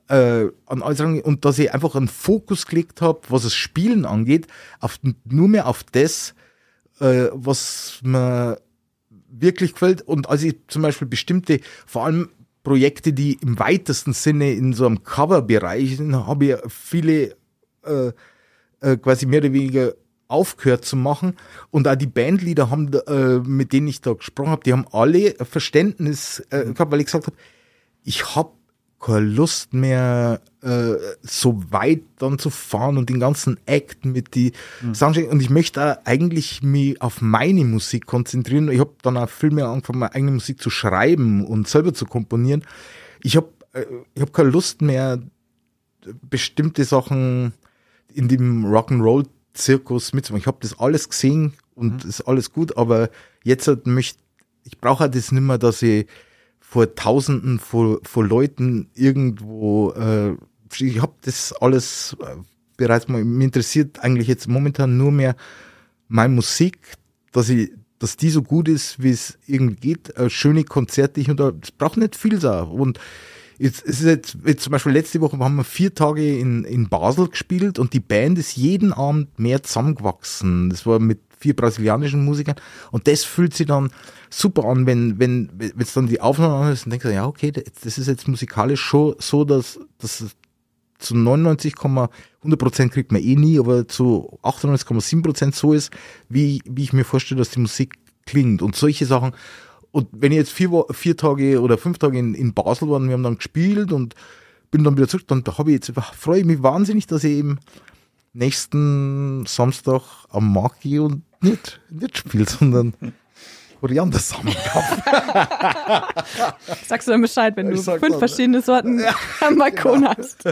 äh, an alles rangehe und dass ich einfach einen Fokus gelegt habe, was das Spielen angeht, auf, nur mehr auf das, äh, was mir wirklich gefällt. Und als ich zum Beispiel bestimmte, vor allem Projekte, die im weitesten Sinne in so einem Cover-Bereich sind, habe ich viele äh, äh, quasi mehr oder weniger aufgehört zu machen. Und auch die Bandleader haben, äh, mit denen ich da gesprochen habe, die haben alle Verständnis äh, gehabt, weil ich gesagt habe, ich habe keine Lust mehr, äh, so weit dann zu fahren und den ganzen Act mit die mhm. Songs. Und ich möchte auch eigentlich mich auf meine Musik konzentrieren. Ich habe dann auch viel mehr angefangen, meine eigene Musik zu schreiben und selber zu komponieren. Ich habe äh, ich hab keine Lust mehr, bestimmte Sachen in dem Rock'n'Roll-Zirkus mitzumachen. Ich habe das alles gesehen und mhm. ist alles gut, aber jetzt halt möchte ich brauche halt das nicht mehr, dass ich vor Tausenden von, von Leuten irgendwo, äh, ich habe das alles äh, bereits mal, mir interessiert eigentlich jetzt momentan nur mehr meine Musik, dass ich, dass die so gut ist, wie es irgendwie geht, äh, schöne Konzerte, und es braucht nicht viel sein. Und jetzt ist es jetzt, jetzt zum Beispiel letzte Woche haben wir vier Tage in, in Basel gespielt und die Band ist jeden Abend mehr zusammengewachsen. Das war mit vier brasilianischen Musikern und das fühlt sich dann super an, wenn wenn wenn es dann die Aufnahme ist und denkst du, ja okay, das ist jetzt musikalisch schon so, dass dass zu neunundneunzig Komma hundert Prozent kriegt man eh nie, aber zu achtundneunzig Komma sieben Prozent so ist, wie wie ich mir vorstelle, dass die Musik klingt und solche Sachen. Und wenn ich jetzt vier vier Tage oder fünf Tage in, in Basel war und wir haben dann gespielt und bin dann wieder zurück, dann habe ich jetzt freue ich mich wahnsinnig, dass ich eben nächsten Samstag am Markt gehe und nicht, nicht spiele, sondern Koriander zusammenkaufen. Sagst du dann Bescheid, wenn du fünf dann, verschiedene Sorten ja, am Balkon genau. hast.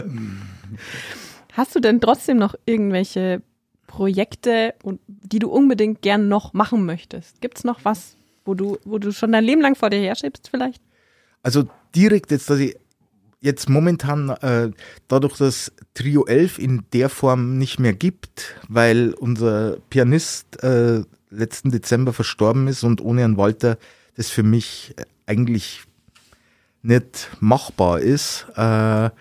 Hast du denn trotzdem noch irgendwelche Projekte, die du unbedingt gern noch machen möchtest? Gibt es noch was, wo du, wo du schon dein Leben lang vor dir herschiebst vielleicht? Also direkt jetzt, dass ich jetzt momentan, äh, dadurch, dass Trio elf in der Form nicht mehr gibt, weil unser Pianist äh, letzten Dezember verstorben ist und ohne einen Walter das für mich eigentlich nicht machbar ist, äh,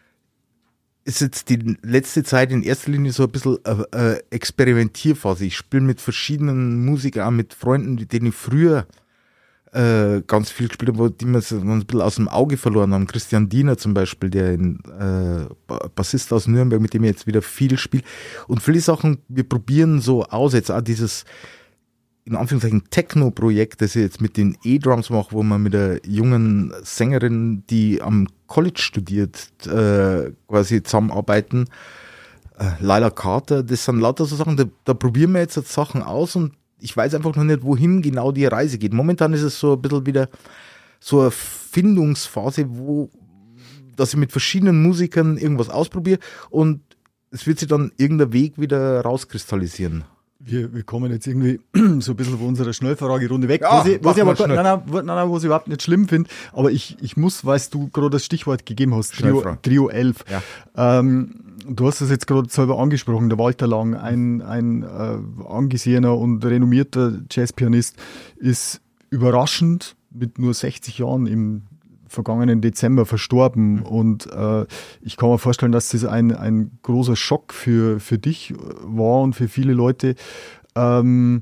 ist jetzt die letzte Zeit in erster Linie so ein bisschen äh, äh, Experimentierphase. Ich spiele mit verschiedenen Musikern, auch mit Freunden, mit denen ich früher äh, ganz viel gespielt habe, die wir so ein bisschen aus dem Auge verloren haben. Christian Diener zum Beispiel, der ein äh, Bassist aus Nürnberg, mit dem ich jetzt wieder viel spiele. Und viele Sachen, wir probieren so aus, jetzt auch dieses in Anführungszeichen Techno-Projekt, das ich jetzt mit den E-Drums mache, wo man mit einer jungen Sängerin, die am College studiert, äh, quasi zusammenarbeiten. Äh, Laila Carter, das sind lauter so Sachen, da, da probieren wir jetzt Sachen aus und ich weiß einfach noch nicht, wohin genau die Reise geht. Momentan ist es so ein bisschen wieder so eine Findungsphase, wo, dass ich mit verschiedenen Musikern irgendwas ausprobiere und es wird sich dann irgendein Weg wieder rauskristallisieren. Wir, wir kommen jetzt irgendwie so ein bisschen von unserer Schnellfragerunde weg, Ja, was ich, was ich aber schnell. nein, nein, nein, nein, was ich überhaupt nicht schlimm finde, aber ich, ich muss, weil du gerade das Stichwort gegeben hast, Trio, Trio elf. Ja. Ähm, du hast es jetzt gerade selber angesprochen, der Walter Lang, ein, ein äh, angesehener und renommierter Jazzpianist, ist überraschend mit nur sechzig Jahren im vergangenen Dezember verstorben. Mhm. Und äh, ich kann mir vorstellen, dass das ein, ein großer Schock für, für dich war und für viele Leute. Ähm,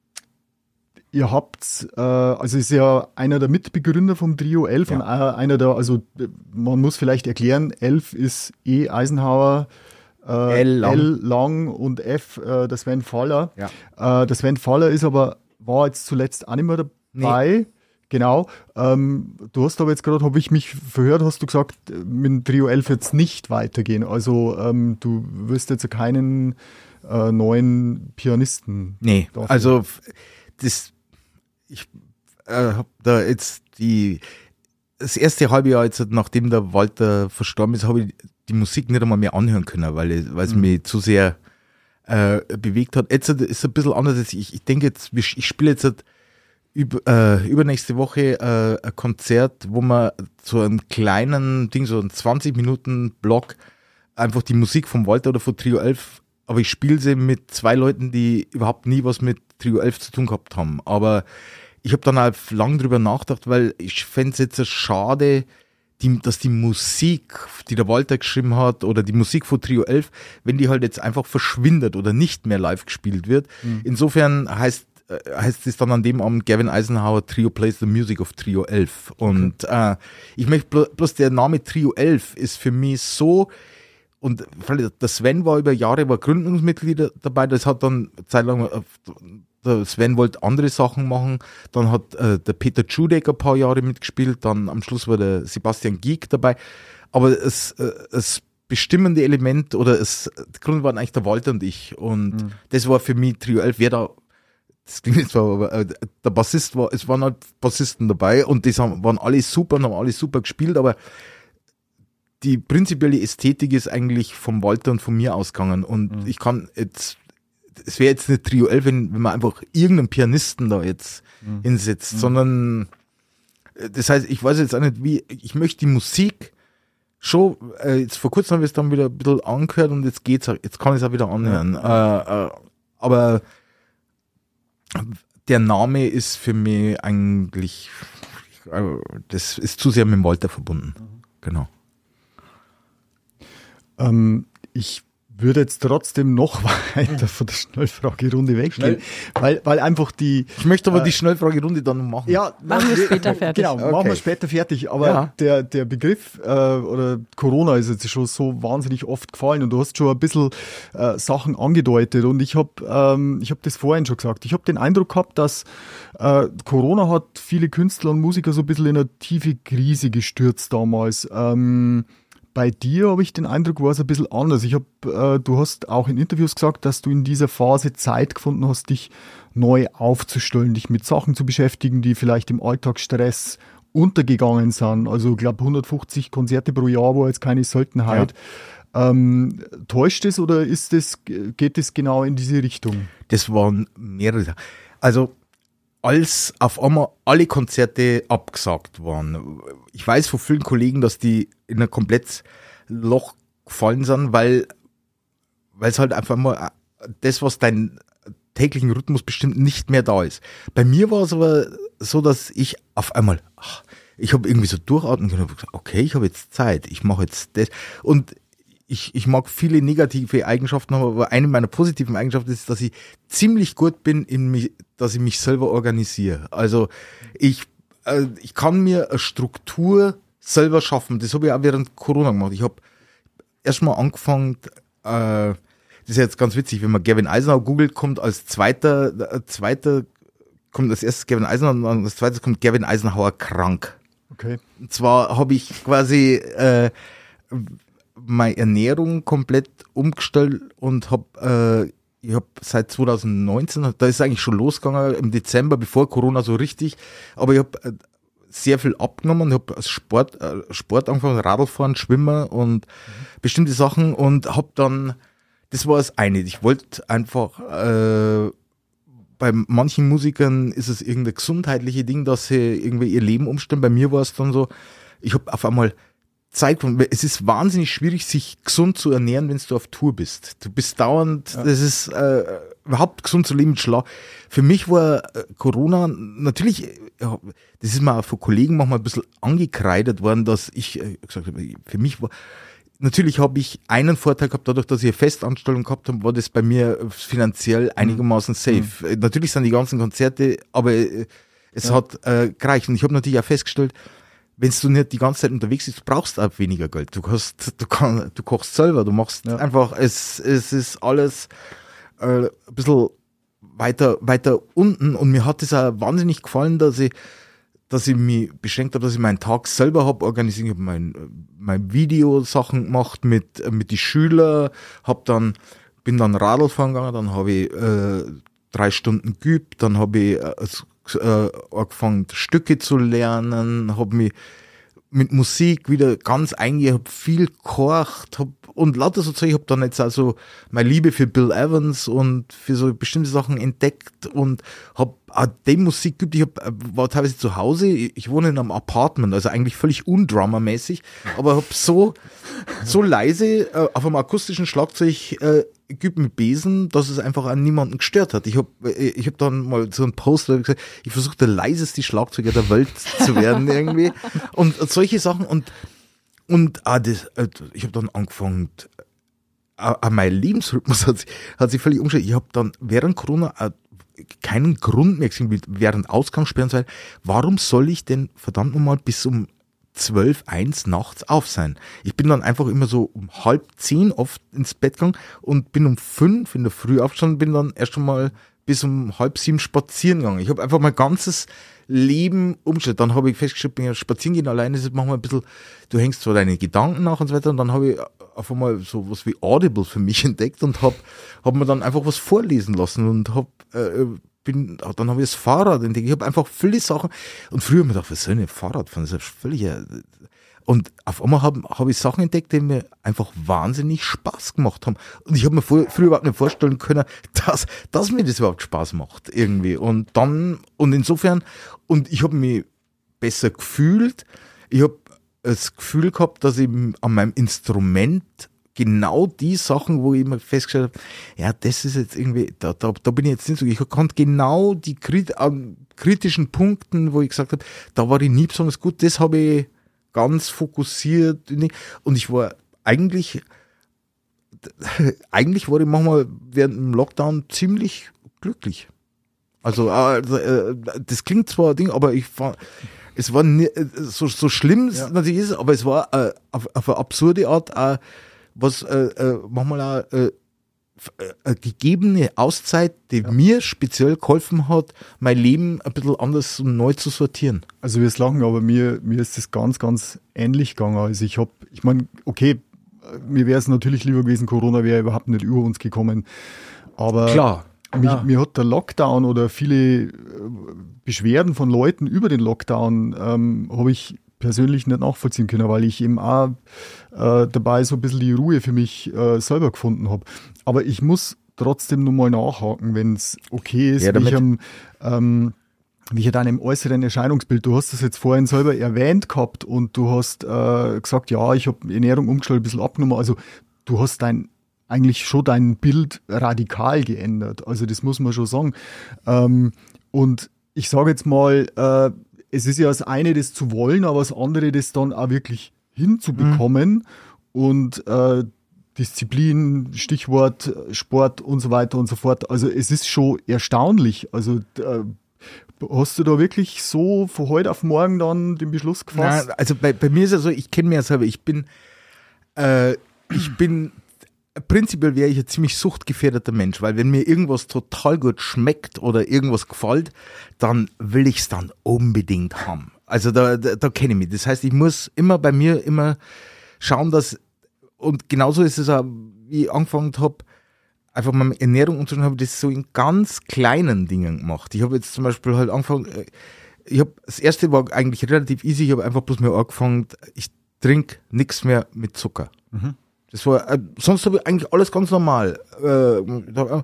ihr habt, äh, also ist ja einer der Mitbegründer vom Trio elf ja. und einer der, also man muss vielleicht erklären, elf ist E. Eisenhower, äh, L, Lang. L Lang und F äh, der Sven Faller. Ja. Äh, der Sven Faller ist aber, war jetzt zuletzt auch nicht mehr dabei. Nee. Genau. Ähm, du hast aber jetzt gerade, habe ich mich verhört, hast du gesagt, mit dem Trio elf jetzt nicht weitergehen. Also ähm, du wirst jetzt keinen äh, neuen Pianisten. Nee, dafür. Also das, ich äh, habe da jetzt die, das erste halbe Jahr jetzt, nachdem der Walter verstorben ist, habe ich die Musik nicht einmal mehr anhören können, weil, ich, weil es mhm. mich zu sehr äh, bewegt hat. Jetzt ist es ein bisschen anders. Ich, ich denke jetzt, ich spiele jetzt halt Über, äh, übernächste Woche äh, ein Konzert, wo man so einen kleinen Ding, so einen zwanzig Minuten Block, einfach die Musik vom Walter oder von Trio elf, aber ich spiele sie mit zwei Leuten, die überhaupt nie was mit Trio elf zu tun gehabt haben. Aber ich habe dann auch lang drüber nachgedacht, weil ich fände es jetzt schade, die, dass die Musik, die der Walter geschrieben hat, oder die Musik von Trio elf, wenn die halt jetzt einfach verschwindet oder nicht mehr live gespielt wird. Mhm. Insofern heißt heißt es dann an dem Abend Gavin Eisenhower Trio plays the music of Trio elf. Und okay. äh, ich möchte bl- bloß der Name Trio elf ist für mich so, und der Sven war über Jahre war Gründungsmitglied dabei, das hat dann zeitlang, äh, der Sven wollte andere Sachen machen, dann hat äh, der Peter Judek ein paar Jahre mitgespielt, dann am Schluss war der Sebastian Gieck dabei, aber es, äh, es bestimmende Element oder es, der Grund waren eigentlich der Walter und ich, und mhm. das war für mich Trio elf, wer da, das klingt jetzt zwar, aber äh, der Bassist war, es waren halt Bassisten dabei und die haben, waren alle super und haben alle super gespielt, aber die prinzipielle Ästhetik ist eigentlich vom Walter und von mir ausgegangen, und mhm. ich kann jetzt, es wäre jetzt nicht Trio elf, wenn, wenn man einfach irgendeinen Pianisten da jetzt mhm. hinsetzt, mhm. sondern das heißt, ich weiß jetzt auch nicht, wie, ich möchte die Musik schon, äh, jetzt vor kurzem habe ich es dann wieder ein bisschen angehört und jetzt geht's, jetzt kann ich es auch wieder anhören, ja. äh, äh, aber der Name ist für mich eigentlich, das ist zu sehr mit dem Walter verbunden. Mhm. Genau. Ähm, ich würde jetzt trotzdem noch weiter von der Schnellfragerunde weggehen, Schnell. weil, weil einfach die... Ich möchte aber äh, die Schnellfragerunde dann noch machen. Ja, machen wir später fertig. Genau, okay. machen wir später fertig, aber ja. der, der Begriff äh, oder Corona ist jetzt schon so wahnsinnig oft gefallen, und du hast schon ein bisschen äh, Sachen angedeutet, und ich habe ähm, ich hab das vorhin schon gesagt. Ich habe den Eindruck gehabt, dass äh, Corona hat viele Künstler und Musiker so ein bisschen in eine tiefe Krise gestürzt damals. Ähm, Bei dir habe ich den Eindruck, war es ein bisschen anders. Ich hab, äh, du hast auch in Interviews gesagt, dass du in dieser Phase Zeit gefunden hast, dich neu aufzustellen, dich mit Sachen zu beschäftigen, die vielleicht im Alltagsstress untergegangen sind. Also ich glaube, hundertfünfzig Konzerte pro Jahr war jetzt keine Seltenheit. Ja. Ähm, täuscht es oder ist das, geht es genau in diese Richtung? Das waren mehrere. Also als auf einmal alle Konzerte abgesagt waren. Ich weiß von vielen Kollegen, dass die in ein komplettes Loch gefallen sind, weil weil es halt einfach mal das, was deinen täglichen Rhythmus bestimmt, nicht mehr da ist. Bei mir war es aber so, dass ich auf einmal, ach, ich habe irgendwie so durchatmen können und gesagt, okay, ich habe jetzt Zeit, ich mache jetzt das. Und Ich, ich mag viele negative Eigenschaften haben, aber eine meiner positiven Eigenschaften ist, dass ich ziemlich gut bin, in mich, dass ich mich selber organisiere. Also ich, äh, ich kann mir eine Struktur selber schaffen. Das habe ich auch während Corona gemacht. Ich habe erstmal angefangen, äh, das ist jetzt ganz witzig, wenn man Gavin Eisenhower googelt, kommt als zweiter, äh, zweiter kommt als erstes Gavin Eisenhower und als zweites kommt Gavin Eisenhower krank. Okay. Und zwar habe ich quasi äh, meine Ernährung komplett umgestellt und habe äh, ich habe seit zwanzig neunzehn, da ist es eigentlich schon losgegangen im Dezember, bevor Corona so richtig, aber ich habe äh, sehr viel abgenommen, ich habe als Sport, äh, Sport angefangen, Radlfahren, Schwimmen und mhm. bestimmte Sachen, und habe dann, das war das eine, ich wollte einfach, äh, bei manchen Musikern ist es irgendein gesundheitliche Ding, dass sie irgendwie ihr Leben umstellen, bei mir war es dann so, ich habe auf einmal Zeit, es ist wahnsinnig schwierig, sich gesund zu ernähren, wenn du auf Tour bist. Du bist dauernd, ja. das ist äh, überhaupt gesund zu leben mit Schlaf. Für mich war äh, Corona natürlich, ja, das ist mir auch von Kollegen manchmal ein bisschen angekreidet worden, dass ich äh, gesagt habe, für mich war, natürlich habe ich einen Vorteil gehabt, dadurch, dass ich eine Festanstellung gehabt habe, war das bei mir finanziell einigermaßen safe. Mhm. Natürlich sind die ganzen Konzerte, aber äh, es ja. hat äh, gereicht. Und ich habe natürlich auch festgestellt, wenn du nicht die ganze Zeit unterwegs bist, brauchst du auch weniger Geld. Du kannst, du kannst, du kochst selber, du machst ja. einfach, es, es ist alles äh, ein bisschen weiter, weiter unten, und mir hat es auch wahnsinnig gefallen, dass ich, dass ich mich beschränkt habe, dass ich meinen Tag selber habe organisiert, ich habe mein, mein Videosachen gemacht mit, mit die Schüler, hab dann, bin dann Radlfahren gegangen, dann habe ich äh, drei Stunden geübt, dann habe ich äh, Äh, angefangen, Stücke zu lernen, habe mich mit Musik wieder ganz eingegangen, habe viel gekocht, hab, und lauter so Zeug, ich habe dann jetzt also meine Liebe für Bill Evans und für so bestimmte Sachen entdeckt und habe auch die Musik geübt. Ich hab, war teilweise zu Hause, ich wohne in einem Apartment, also eigentlich völlig undrummermäßig, aber habe so so leise äh, auf einem akustischen Schlagzeug äh, geübt mit Besen, dass es einfach an niemanden gestört hat. Ich habe ich hab dann mal so einen Poster gesagt, ich versuche der leiseste Schlagzeuger der Welt zu werden irgendwie und solche Sachen und und ah, das, ich habe dann angefangen, ah, mein Lebensrhythmus hat sich, hat sich völlig umgestellt. Ich habe dann während Corona keinen Grund mehr gesehen, während Ausgangssperren und so weiter. Warum soll ich denn verdammt nochmal bis um zwölf, eins nachts auf sein? Ich bin dann einfach immer so um halb zehn oft ins Bett gegangen und bin um fünf in der Früh aufgestanden, bin dann erst einmal bis um halb sieben spazieren gegangen. Ich habe einfach mein ganzes Leben umgestellt. Dann habe ich festgestellt, bin ja spazieren gehen alleine, das ist manchmal ein bisschen, du hängst zwar deine Gedanken nach und so weiter und dann habe ich auf einmal so was wie Audible für mich entdeckt und habe hab mir dann einfach was vorlesen lassen und habe äh, bin, dann habe ich das Fahrrad entdeckt. Ich habe einfach viele Sachen und früher habe ich gedacht, was soll denn ein Fahrrad fahren? Das ist völlig, und auf einmal habe hab ich Sachen entdeckt, die mir einfach wahnsinnig Spaß gemacht haben. Und ich habe mir früher, früher überhaupt nicht vorstellen können, dass, dass mir das überhaupt Spaß macht irgendwie. Und dann, und insofern, und ich habe mich besser gefühlt. Ich habe das Gefühl gehabt, dass ich an meinem Instrument genau die Sachen, wo ich immer festgestellt habe, ja, das ist jetzt irgendwie, da, da, da bin ich jetzt nicht so, ich konnte genau die Krit- an kritischen Punkten, wo ich gesagt habe, da war ich nie besonders gut, das habe ich ganz fokussiert und ich war eigentlich, eigentlich war ich manchmal während dem Lockdown ziemlich glücklich. Also, äh, das klingt zwar ein Ding, aber ich war, es war nie, so, so schlimm ja. natürlich ist, aber es war äh, auf, auf eine absurde Art auch, was äh, äh, manchmal auch äh, eine gegebene Auszeit, die ja. mir speziell geholfen hat, mein Leben ein bisschen anders und neu zu sortieren. Also wir lachen, aber mir, mir ist das ganz, ganz ähnlich gegangen. Also ich habe, ich meine, okay, mir wäre es natürlich lieber gewesen, Corona wäre überhaupt nicht über uns gekommen. Aber klar. Mich, ja. mir hat der Lockdown oder viele Beschwerden von Leuten über den Lockdown ähm, habe ich persönlich nicht nachvollziehen können, weil ich eben auch äh, dabei so ein bisschen die Ruhe für mich äh, selber gefunden habe. Aber ich muss trotzdem nur mal nachhaken, wenn es okay ist, ja, wie, ich am, ähm, wie ich an deinem äußeren Erscheinungsbild, du hast das jetzt vorhin selber erwähnt gehabt und du hast äh, gesagt, ja, ich habe Ernährung umgestellt, ein bisschen abgenommen. Also du hast dein eigentlich schon dein Bild radikal geändert. Also das muss man schon sagen. Ähm, und ich sage jetzt mal, äh, es ist ja das eine, das zu wollen, aber das andere, das dann auch wirklich hinzubekommen mhm. und äh, Disziplin, Stichwort Sport und so weiter und so fort. Also es ist schon erstaunlich. Also äh, hast du da wirklich so von heute auf morgen dann den Beschluss gefasst? Na, also bei, bei mir ist es so, ich kenne mich ja selber, ich bin äh, ich bin prinzipiell wäre ich ein ziemlich suchtgefährdeter Mensch, weil wenn mir irgendwas total gut schmeckt oder irgendwas gefällt, dann will ich es dann unbedingt haben. Also da, da, da kenne ich mich. Das heißt, ich muss immer bei mir immer schauen, dass, und genauso ist es auch, wie ich angefangen habe, einfach mal Ernährung umzuschauen, habe ich das so in ganz kleinen Dingen gemacht. Ich habe jetzt zum Beispiel halt angefangen, ich habe, das erste war eigentlich relativ easy, ich habe einfach bloß mir angefangen, ich trinke nichts mehr mit Zucker. Mhm. Das war, äh, sonst habe ich eigentlich alles ganz normal. Äh, da,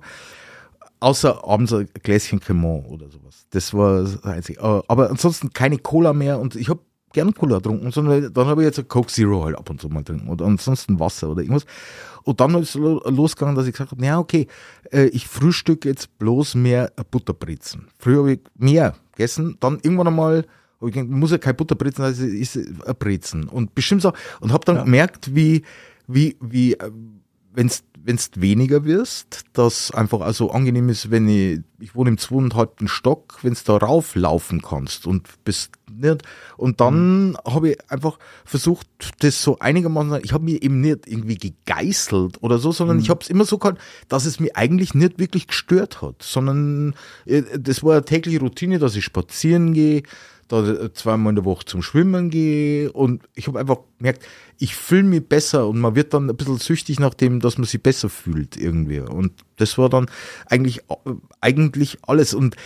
außer abends ein Gläschen Cremant oder sowas. Das war das Einzige. Äh, aber ansonsten keine Cola mehr und ich habe gern Cola getrunken. Sondern dann habe ich jetzt ein Coke Zero halt ab und zu mal trinken oder ansonsten Wasser oder irgendwas. Und dann ist es losgegangen, dass ich gesagt habe, naja, okay, äh, ich frühstücke jetzt bloß mehr Butterbrezen. Früher habe ich mehr gegessen, dann irgendwann einmal habe ich gedacht, muss ja kein Butterbrezen, also ist ein Brezen. Und bestimmt so, und habe dann ja. gemerkt, wie wie, wie, wenn's, wenn's weniger wirst, das einfach also angenehm ist, wenn ich, ich wohne im zweieinhalbten Stock, wenn's da rauflaufen kannst und bist nicht, und dann mhm. habe ich einfach versucht, das so einigermaßen, ich habe mir eben nicht irgendwie gegeißelt oder so, sondern mhm. ich habe es immer so gehabt, dass es mich eigentlich nicht wirklich gestört hat, sondern das war eine tägliche Routine, dass ich spazieren gehe, da zweimal in der Woche zum Schwimmen gehe und ich habe einfach gemerkt, ich fühle mich besser und man wird dann ein bisschen süchtig nach dem, dass man sich besser fühlt irgendwie, und das war dann eigentlich eigentlich alles. Und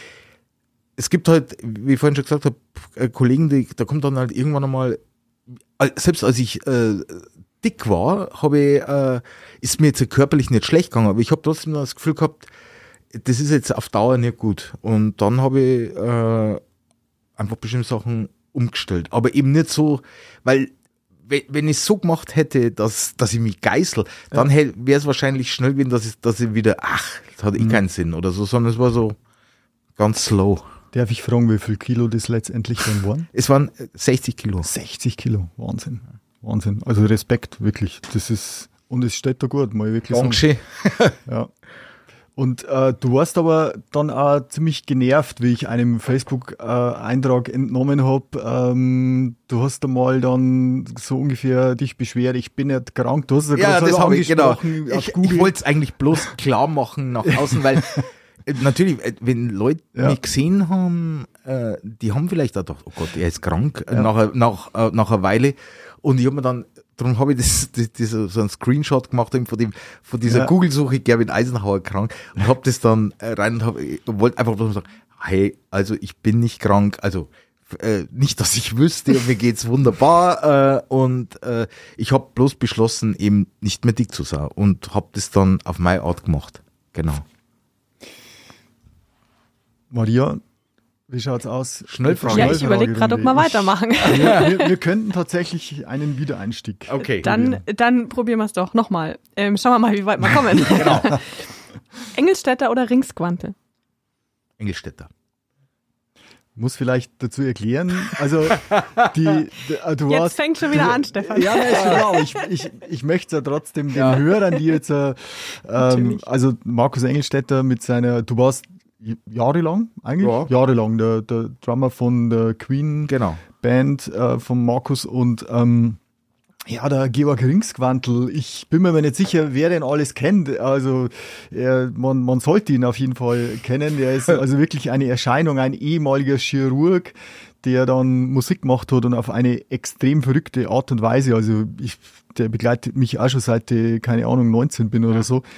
es gibt halt, wie ich vorhin schon gesagt habe, Kollegen, die, da kommt dann halt irgendwann einmal, selbst als ich äh, dick war, habe ich, äh, ist mir jetzt körperlich nicht schlecht gegangen, aber ich habe trotzdem das Gefühl gehabt, das ist jetzt auf Dauer nicht gut, und dann habe ich äh, einfach bestimmte Sachen umgestellt. Aber eben nicht so, weil wenn, wenn ich es so gemacht hätte, dass, dass ich mich geißel, dann ja. wäre es wahrscheinlich schnell gewesen, dass ich, dass ich wieder, ach, das hat eh mhm. keinen Sinn oder so, sondern es war so ganz slow. Darf ich fragen, wie viel Kilo das letztendlich dann waren? Es waren sechzig Kilo. sechzig Kilo, Wahnsinn. Wahnsinn. Also Respekt, wirklich. Das ist, und es steht da gut, mal wirklich sagen. Dankeschön. Ja. Und äh, du warst aber dann auch ziemlich genervt, wie ich einem Facebook-Eintrag äh, entnommen habe. Ähm, du hast einmal dann so ungefähr dich beschwert, ich bin nicht krank. Du hast es ja, das habe ich, genau. Ich, ich wollte es eigentlich bloß klar machen nach außen, weil natürlich, wenn Leute ja. mich gesehen haben, äh, die haben vielleicht auch gedacht, oh Gott, er ist krank, ja. nach, nach, äh, nach einer Weile. Und ich habe mir dann, darum habe ich das, das, das, so einen Screenshot gemacht von, dem, von dieser ja. Google-Suche, Gerwin Eisenhower krank, und habe das dann rein und hab, wollte einfach bloß sagen, hey, also ich bin nicht krank, also äh, nicht, dass ich wüsste, mir geht's wunderbar äh, und äh, ich habe bloß beschlossen, eben nicht mehr dick zu sein und habe das dann auf meine Art gemacht. Genau. Maria, wie schaut's aus? Schnellfrage. Ja, ich überlege gerade, ob wir weitermachen. Ich, wir, wir könnten tatsächlich einen Wiedereinstieg. Okay. Dann, dann probieren wir es doch nochmal. Ähm, schauen wir mal, wie weit wir kommen. Genau. Engelstädter oder Ringsquante? Engelstädter. Muss vielleicht dazu erklären, also die, die du jetzt hast, fängt schon wieder du, an, Stefan. Ja, ist schon klar, ich, ich, ich möchte ja trotzdem den ja. Hörern, die jetzt, äh, ähm, also Markus Engelstädter mit seiner, du warst jahrelang eigentlich, ja. jahrelang der, der Drummer von der Queen genau. Band äh, von Markus und ähm, ja, der Georg Ringsquantl, ich bin mir aber nicht sicher, wer den alles kennt. Also er, man, man sollte ihn auf jeden Fall kennen. Der ist also wirklich eine Erscheinung, ein ehemaliger Chirurg, der dann Musik gemacht hat und auf eine extrem verrückte Art und Weise. Also ich, der begleitet mich auch schon seit ich, keine Ahnung, neunzehn bin oder ja. so.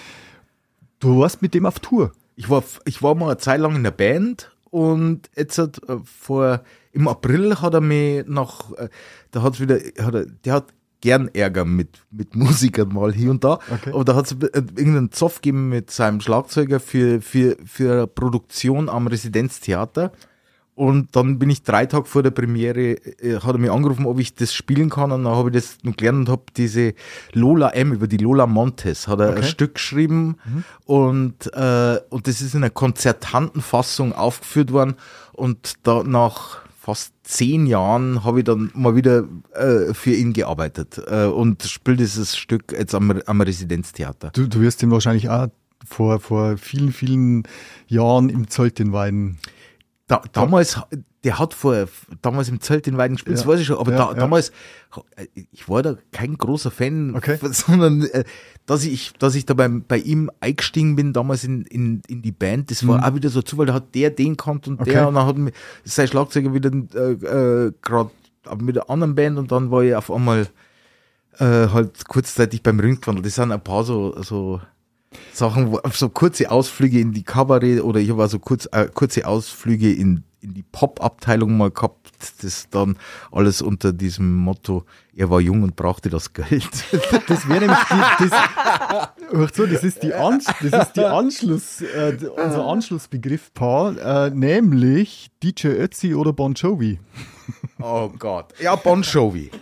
Du warst mit dem auf Tour. Ich war, ich war mal eine Zeit lang in der Band und jetzt hat äh, vor, im April hat er mich nach, äh, da hat's wieder, hat er, der hat gern Ärger mit, mit Musikern mal hier und da. Okay. Aber da hat es irgendeinen Zoff gegeben mit seinem Schlagzeuger für, für, für eine Produktion am Residenztheater. Und dann bin ich drei Tage vor der Premiere, äh, hat er mich angerufen, ob ich das spielen kann. Und dann habe ich das noch gelernt und habe diese Lola M, über die Lola Montes, hat er okay. ein Stück geschrieben. Mhm. Und, äh, und das ist in einer konzertanten Fassung aufgeführt worden. Und da nach fast zehn Jahren habe ich dann mal wieder äh, für ihn gearbeitet äh, und spiele dieses Stück jetzt am, am Residenztheater. Du, du wirst ihn wahrscheinlich auch vor, vor vielen, vielen Jahren im Zelt in Weiden. Da, damals, der hat vor, damals im Zelt in Weiden gespielt, ja. das weiß ich schon, aber ja, da, ja. damals, ich war da kein großer Fan, okay. sondern äh, dass ich, dass ich da beim, bei ihm eingestiegen bin, damals in, in, in die Band, das war mhm. auch wieder so Zufall, da hat der den kannt und okay. der, und dann hat mich sein Schlagzeuger wieder äh, äh, gerade mit der anderen Band und dann war ich auf einmal äh, halt kurzzeitig beim Ringsquantl. Das sind ein paar so, so Sachen, so kurze Ausflüge in die Kabarett oder ich habe also kurz, äh, kurze Ausflüge in, in die Pop-Abteilung mal gehabt, das dann alles unter diesem Motto, er war jung und brauchte das Geld. Das wäre nämlich die, das, hör zu, das ist die, Ans, das ist die Anschluss, äh, unser Anschlussbegriff, Paul, äh, nämlich D J Ötzi oder Bon Jovi. Oh Gott, ja, Bon Jovi.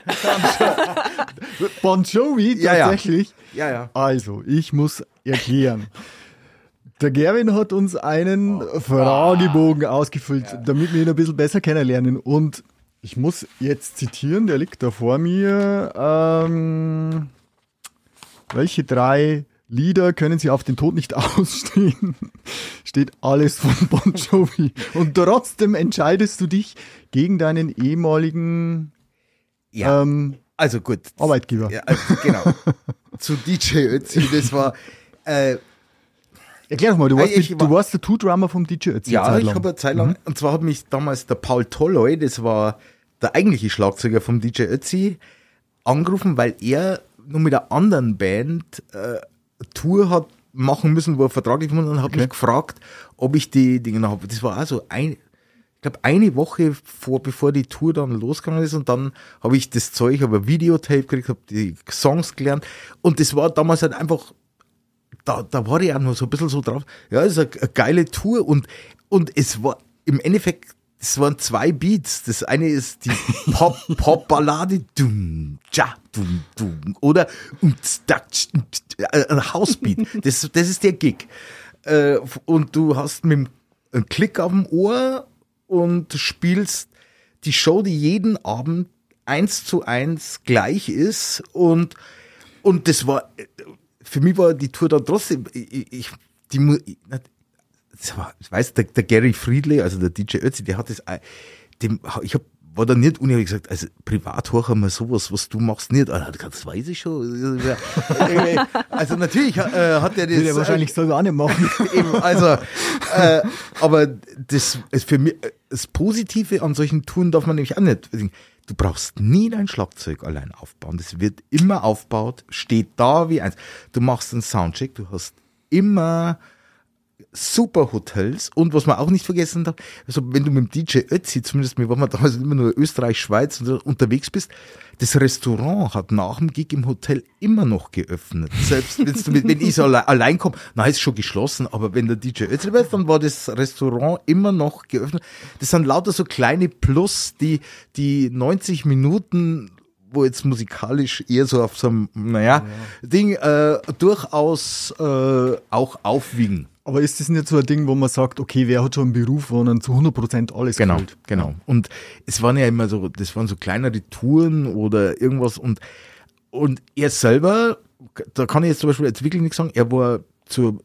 Bon Jovi, tatsächlich. Ja, ja. ja. Also, ich muss erklären. Der Gerwin hat uns einen oh. Fragebogen ausgefüllt, ja. damit wir ihn ein bisschen besser kennenlernen. Und ich muss jetzt zitieren, der liegt da vor mir. Ähm, welche drei Lieder können Sie auf den Tod nicht ausstehen? Steht alles von Bon Jovi. Und trotzdem entscheidest du dich gegen deinen ehemaligen ja. ähm, also gut. Arbeitgeber. Ja, also genau. Zu D J Ötzi, das war... Äh, Erklär doch mal, du warst, ich mit, war, du warst der Two-Drummer vom D J Ötzi. Ja, ich habe eine Zeit lang, mhm. und zwar hat mich damals der Paul Tolloy, das war der eigentliche Schlagzeuger vom D J Ötzi, angerufen, weil er nur mit einer anderen Band äh, Tour hat machen müssen, wo er vertraglich war, und hat okay. mich gefragt, ob ich die Dinge habe. Das war also ein, ich glaube eine Woche vor, bevor die Tour dann losgegangen ist, und dann habe ich das Zeug, habe ein Videotape gekriegt, habe die Songs gelernt, und das war damals halt einfach, da, da war ich auch noch so ein bisschen so drauf, ja, es ist eine, eine geile Tour, und, und es war im Endeffekt das waren zwei Beats. Das eine ist die Pop, Pop-Ballade, dum, ja, dum, dum, oder ein Housebeat. Das, das ist der Gig. Und du hast mit einem Klick auf dem Ohr und spielst die Show, die jeden Abend eins zu eins gleich ist. Und, und das war, für mich war die Tour dann trotzdem, ich, ich die, das war, ich weiß, der, der Gary Friedley, also der D J Ötzi, der hat das, dem, ich hab, war da nicht uni, hab ich gesagt, also privat horchen wir sowas, was du machst, nicht. Ah, das weiß ich schon. Also natürlich äh, hat er das. Will er wahrscheinlich äh, selber auch nicht machen. Eben, also, äh, aber das ist für mich, das Positive an solchen Touren darf man nämlich auch nicht. Du brauchst nie dein Schlagzeug allein aufbauen. Das wird immer aufgebaut, steht da wie eins. Du machst einen Soundcheck, du hast immer super Hotels und was man auch nicht vergessen darf, also wenn du mit dem D J Ötzi, zumindest wir waren damals immer nur Österreich, Schweiz unterwegs bist, das Restaurant hat nach dem Gig im Hotel immer noch geöffnet. Selbst du mit, wenn ich so allein, allein komme, na ist schon geschlossen, aber wenn der D J Ötzi war, dann war das Restaurant immer noch geöffnet. Das sind lauter so kleine Plus, die die neunzig Minuten, wo jetzt musikalisch eher so auf so einem, naja, ja. Ding, äh, durchaus äh, auch aufwiegen. Aber ist das nicht so ein Ding, wo man sagt, okay, wer hat schon einen Beruf, wo dann zu hundert Prozent alles genau, gefällt? Genau, und es waren ja immer so, das waren so kleinere Touren oder irgendwas und, und er selber, da kann ich jetzt zum Beispiel jetzt wirklich nichts sagen, er war zu,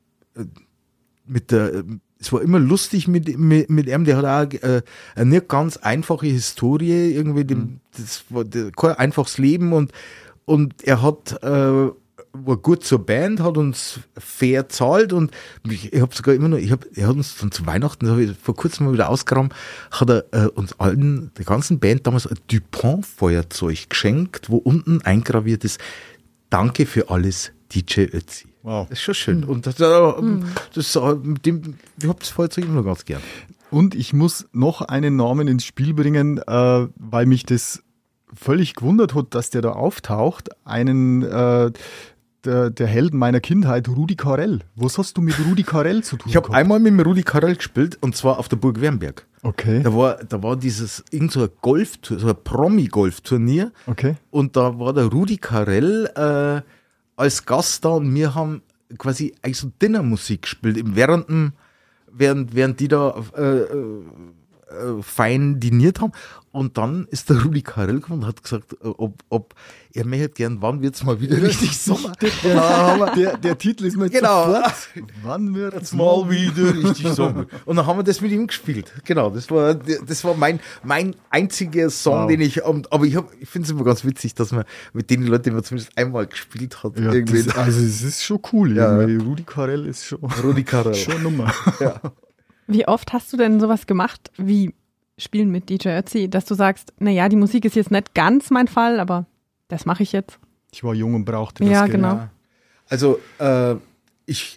mit der, es war immer lustig mit, mit, mit ihm, der hat auch äh, eine nicht ganz einfache Historie, irgendwie, dem, das war der, kein einfaches Leben und, und er hat, äh, war gut zur Band, hat uns fair zahlt und ich, ich habe sogar immer noch, ich hab, er hat uns dann zu Weihnachten, das habe ich vor kurzem mal wieder ausgeräumt, hat er äh, uns allen, der ganzen Band damals ein Dupont-Feuerzeug geschenkt, wo unten eingraviert ist, danke für alles, D J Ötzi. Wow. Das ist schon schön. Und das, das, das mit dem, ich habe das Feuerzeug immer noch ganz gern. Und ich muss noch einen Namen ins Spiel bringen, äh, weil mich das völlig gewundert hat, dass der da auftaucht. Einen äh, der, der Helden meiner Kindheit, Rudi Carrell. Was hast du mit Rudi Carrell zu tun Ich habe einmal mit dem Rudi Carrell gespielt und zwar auf der Burg Wernberg. Okay. Da war, da war dieses, irgend so ein Golftour, so ein Promi-Golfturnier. Okay. Und da war der Rudi Carrell äh, als Gast da und wir haben quasi eigentlich so Dinnermusik gespielt, während, dem, während, während die da äh, äh, fein diniert haben. Und dann ist der Rudi Carrell gekommen und hat gesagt, ob, ob er möchte gern, wann wird's mal wieder richtig Sommer? Der, der, der Titel ist mir jetzt genau. sofort. Wann wird's Jetzt mal wieder richtig Sommer? Und dann haben wir das mit ihm gespielt. Genau, das war, das war mein, mein einziger Song, wow. den ich, aber ich, hab, ich finde es immer ganz witzig, dass man mit den Leuten, die man zumindest einmal gespielt hat, ja, irgendwie. Das, also, es ist schon cool. Ja. Rudi Carrell ist schon, Rudi Carrell. schon Nummer. Ja. Wie oft hast du denn sowas gemacht wie Spielen mit D J Ötzi, dass du sagst, naja, die Musik ist jetzt nicht ganz mein Fall, aber das mache ich jetzt. Ich war jung und brauchte das Ja, Geld. genau. Also, äh, ich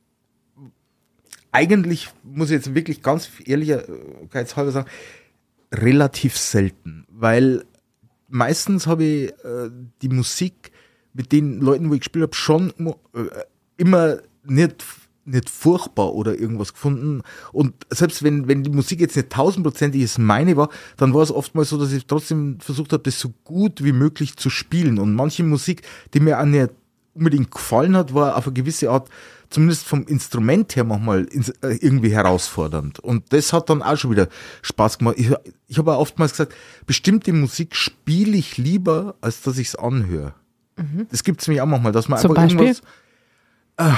eigentlich muss ich jetzt wirklich ganz ehrlicherweise sagen, relativ selten, weil meistens habe ich äh, die Musik mit den Leuten, wo ich gespielt habe, schon äh, immer nicht nicht furchtbar oder irgendwas gefunden. Und selbst wenn, wenn die Musik jetzt nicht tausendprozentig ist meine war, dann war es oftmals so, dass ich trotzdem versucht habe, das so gut wie möglich zu spielen. Und manche Musik, die mir auch nicht unbedingt gefallen hat, war auf eine gewisse Art, zumindest vom Instrument her manchmal irgendwie herausfordernd. Und das hat dann auch schon wieder Spaß gemacht. Ich, ich habe auch oftmals gesagt, bestimmte Musik spiele ich lieber, als dass ich es anhöre. Mhm. Das gibt es mir auch manchmal, dass man Zum einfach Beispiel? irgendwas... Ach,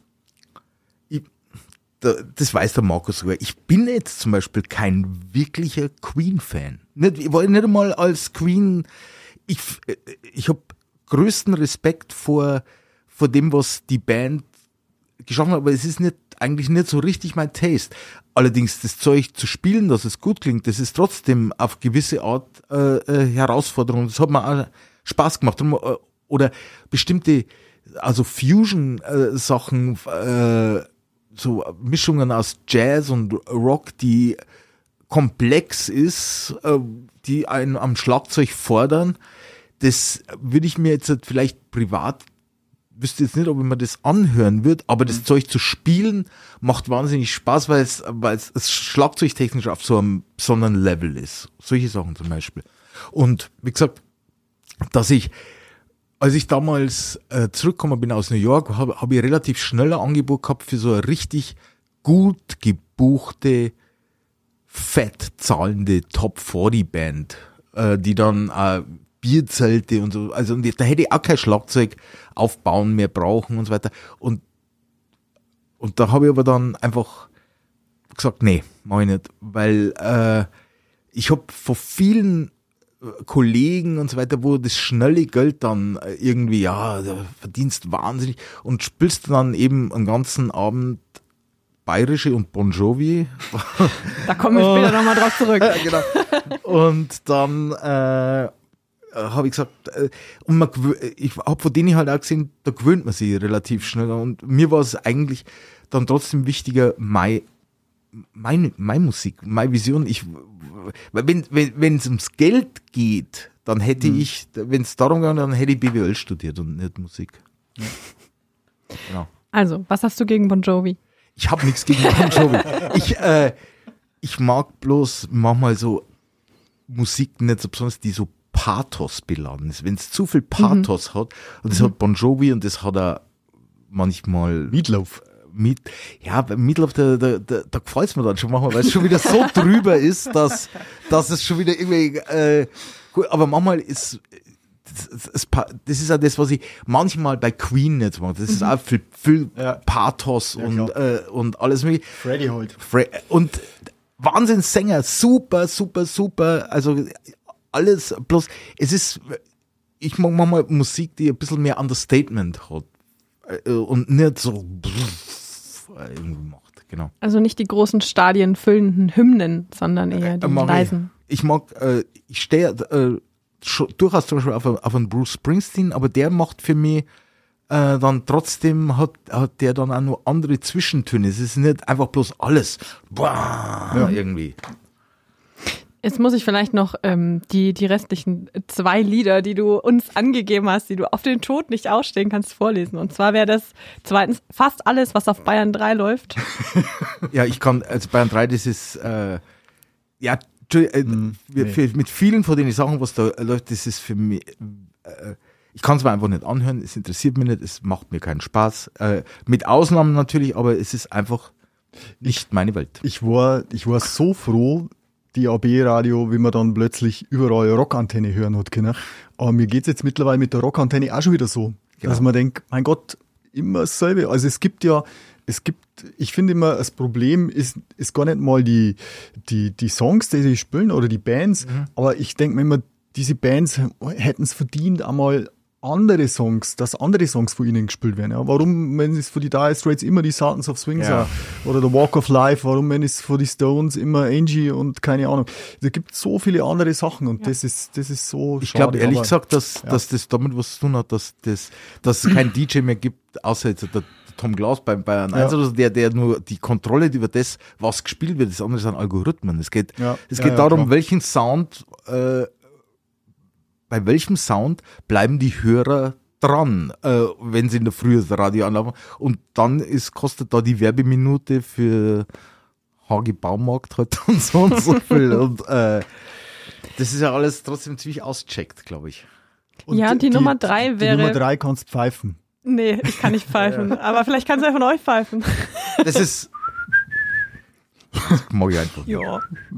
das weiß der Markus sogar. Ich bin jetzt zum Beispiel kein wirklicher Queen-Fan. Nicht, ich war nicht einmal als Queen. Ich, ich habe größten Respekt vor, vor dem, was die Band geschaffen hat, aber es ist nicht, eigentlich nicht so richtig mein Taste. Allerdings das Zeug zu spielen, dass es gut klingt, das ist trotzdem auf gewisse Art äh, äh, Herausforderung. Das hat mir auch Spaß gemacht. Oder bestimmte, also Fusion-Sachen, äh, so Mischungen aus Jazz und Rock, die komplex ist, die einen am Schlagzeug fordern, das würde ich mir jetzt vielleicht privat wüsste jetzt nicht, ob ich mir das anhören würde, aber das Zeug zu spielen macht wahnsinnig Spaß, weil es, weil es, es schlagzeugtechnisch auf so einem besonderen Level ist. Solche Sachen zum Beispiel. Und wie gesagt, dass ich, als ich damals äh, zurückgekommen bin aus New York, habe hab ich relativ schnell ein Angebot gehabt für so eine richtig gut gebuchte, fett zahlende Top vierzig Band, äh, die dann äh, Bierzelte und so, also und da hätte ich auch kein Schlagzeug aufbauen mehr brauchen und so weiter. Und, und da habe ich aber dann einfach gesagt, nee, mach ich nicht, weil äh, ich habe von vielen Kollegen und so weiter, wo das schnelle Geld dann irgendwie, ja, du verdienst wahnsinnig und spielst dann eben einen ganzen Abend Bayerische und Bon Jovi. Da kommen wir später nochmal drauf zurück. Genau. Und dann äh, habe ich gesagt, äh, und man, ich habe von denen halt auch gesehen, da gewöhnt man sich relativ schnell. Und mir war es eigentlich dann trotzdem wichtiger, mein, meine, meine Musik, meine Vision. Ich, weil wenn wenn wenn es ums Geld geht, dann hätte mhm. ich, wenn es darum ging, dann hätte ich B W L studiert und nicht Musik. Ja. Genau. Also, was hast du gegen Bon Jovi? Ich habe nichts gegen Bon Jovi. Ich, äh, ich mag bloß manchmal so Musik nicht so besonders, die so Pathos beladen ist. Wenn es zu viel Pathos mhm. hat, und das mhm. hat Bon Jovi und das hat er manchmal Meatloaf. Mit, ja, bei Meatloaf, da, da, da, da gefällt es mir dann schon manchmal, weil es schon wieder so drüber ist, dass, dass es schon wieder irgendwie, äh, gut, aber manchmal ist, das, das, das ist ja das, was ich manchmal bei Queen nicht mache. Das ist auch viel, viel ja. Pathos ja, und, äh, und alles mögliche. Freddie halt. Fre- und Wahnsinnssänger, super, super, super, also alles, bloß, es ist, ich mag manchmal Musik, die ein bisschen mehr Understatement hat und nicht so irgendwie macht, genau. Also nicht die großen Stadien füllenden Hymnen, sondern eher die äh, leisen. Ich, ich mag, äh, ich stehe äh, schon, durchaus zum Beispiel auf, auf einen Bruce Springsteen, aber der macht für mich äh, dann trotzdem, hat, hat der dann auch noch andere Zwischentöne. Es ist nicht einfach bloß alles boah, ja. irgendwie. Jetzt muss ich vielleicht noch ähm, die, die restlichen zwei Lieder, die du uns angegeben hast, die du auf den Tod nicht ausstehen kannst, vorlesen. Und zwar wäre das zweitens fast alles, was auf Bayern drei läuft. Ja, ich kann, also Bayern drei, das ist, äh, ja, äh, mm, für, nee. für, mit vielen von den Sachen, was da läuft, das ist für mich, äh, ich kann es mir einfach nicht anhören, es interessiert mich nicht, es macht mir keinen Spaß. Äh, mit Ausnahmen natürlich, aber es ist einfach nicht ich, meine Welt. Ich war, ich war so froh, die A B-Radio, wie man dann plötzlich überall Rockantenne hören hat können. Aber mir geht's jetzt mittlerweile mit der Rockantenne auch schon wieder so, genau. dass man denkt, mein Gott, immer dasselbe. Also es gibt ja, es gibt, ich finde immer, das Problem ist, ist gar nicht mal die, die, die Songs, die sie spielen oder die Bands, mhm. aber ich denke mir immer, diese Bands hätten es verdient, einmal andere Songs, dass andere Songs von ihnen gespielt werden. Ja. Warum, wenn es von die Dire Straits immer die Sultans of Swing ja. sind oder The Walk of Life, warum, wenn es von die Stones immer Angie und keine Ahnung. Es gibt so viele andere Sachen und ja. das ist, das ist so ich schade. Ich glaube ehrlich aber, gesagt, dass, ja. dass das damit was zu tun hat, dass das, dass es kein D J mehr gibt, außer jetzt der Tom Glas beim Bayern eins, ja. also der, der nur die Kontrolle über das, was gespielt wird, das andere sind Algorithmen. Es geht, ja. es ja, geht ja, darum, klar. welchen Sound, äh, bei welchem Sound bleiben die Hörer dran, äh, wenn sie in der Früh das Radio anlaufen. Und dann ist, kostet da die Werbeminute für H G Baumarkt halt und so und so viel. Und äh, das ist ja alles trotzdem ziemlich auscheckt, glaube ich. Und ja, und die, die Nummer drei wäre... Die Nummer drei kannst pfeifen. Nee, ich kann nicht pfeifen. ja. Aber vielleicht kann es ja von euch pfeifen. Das ist... Das mag ich einfach. Ja.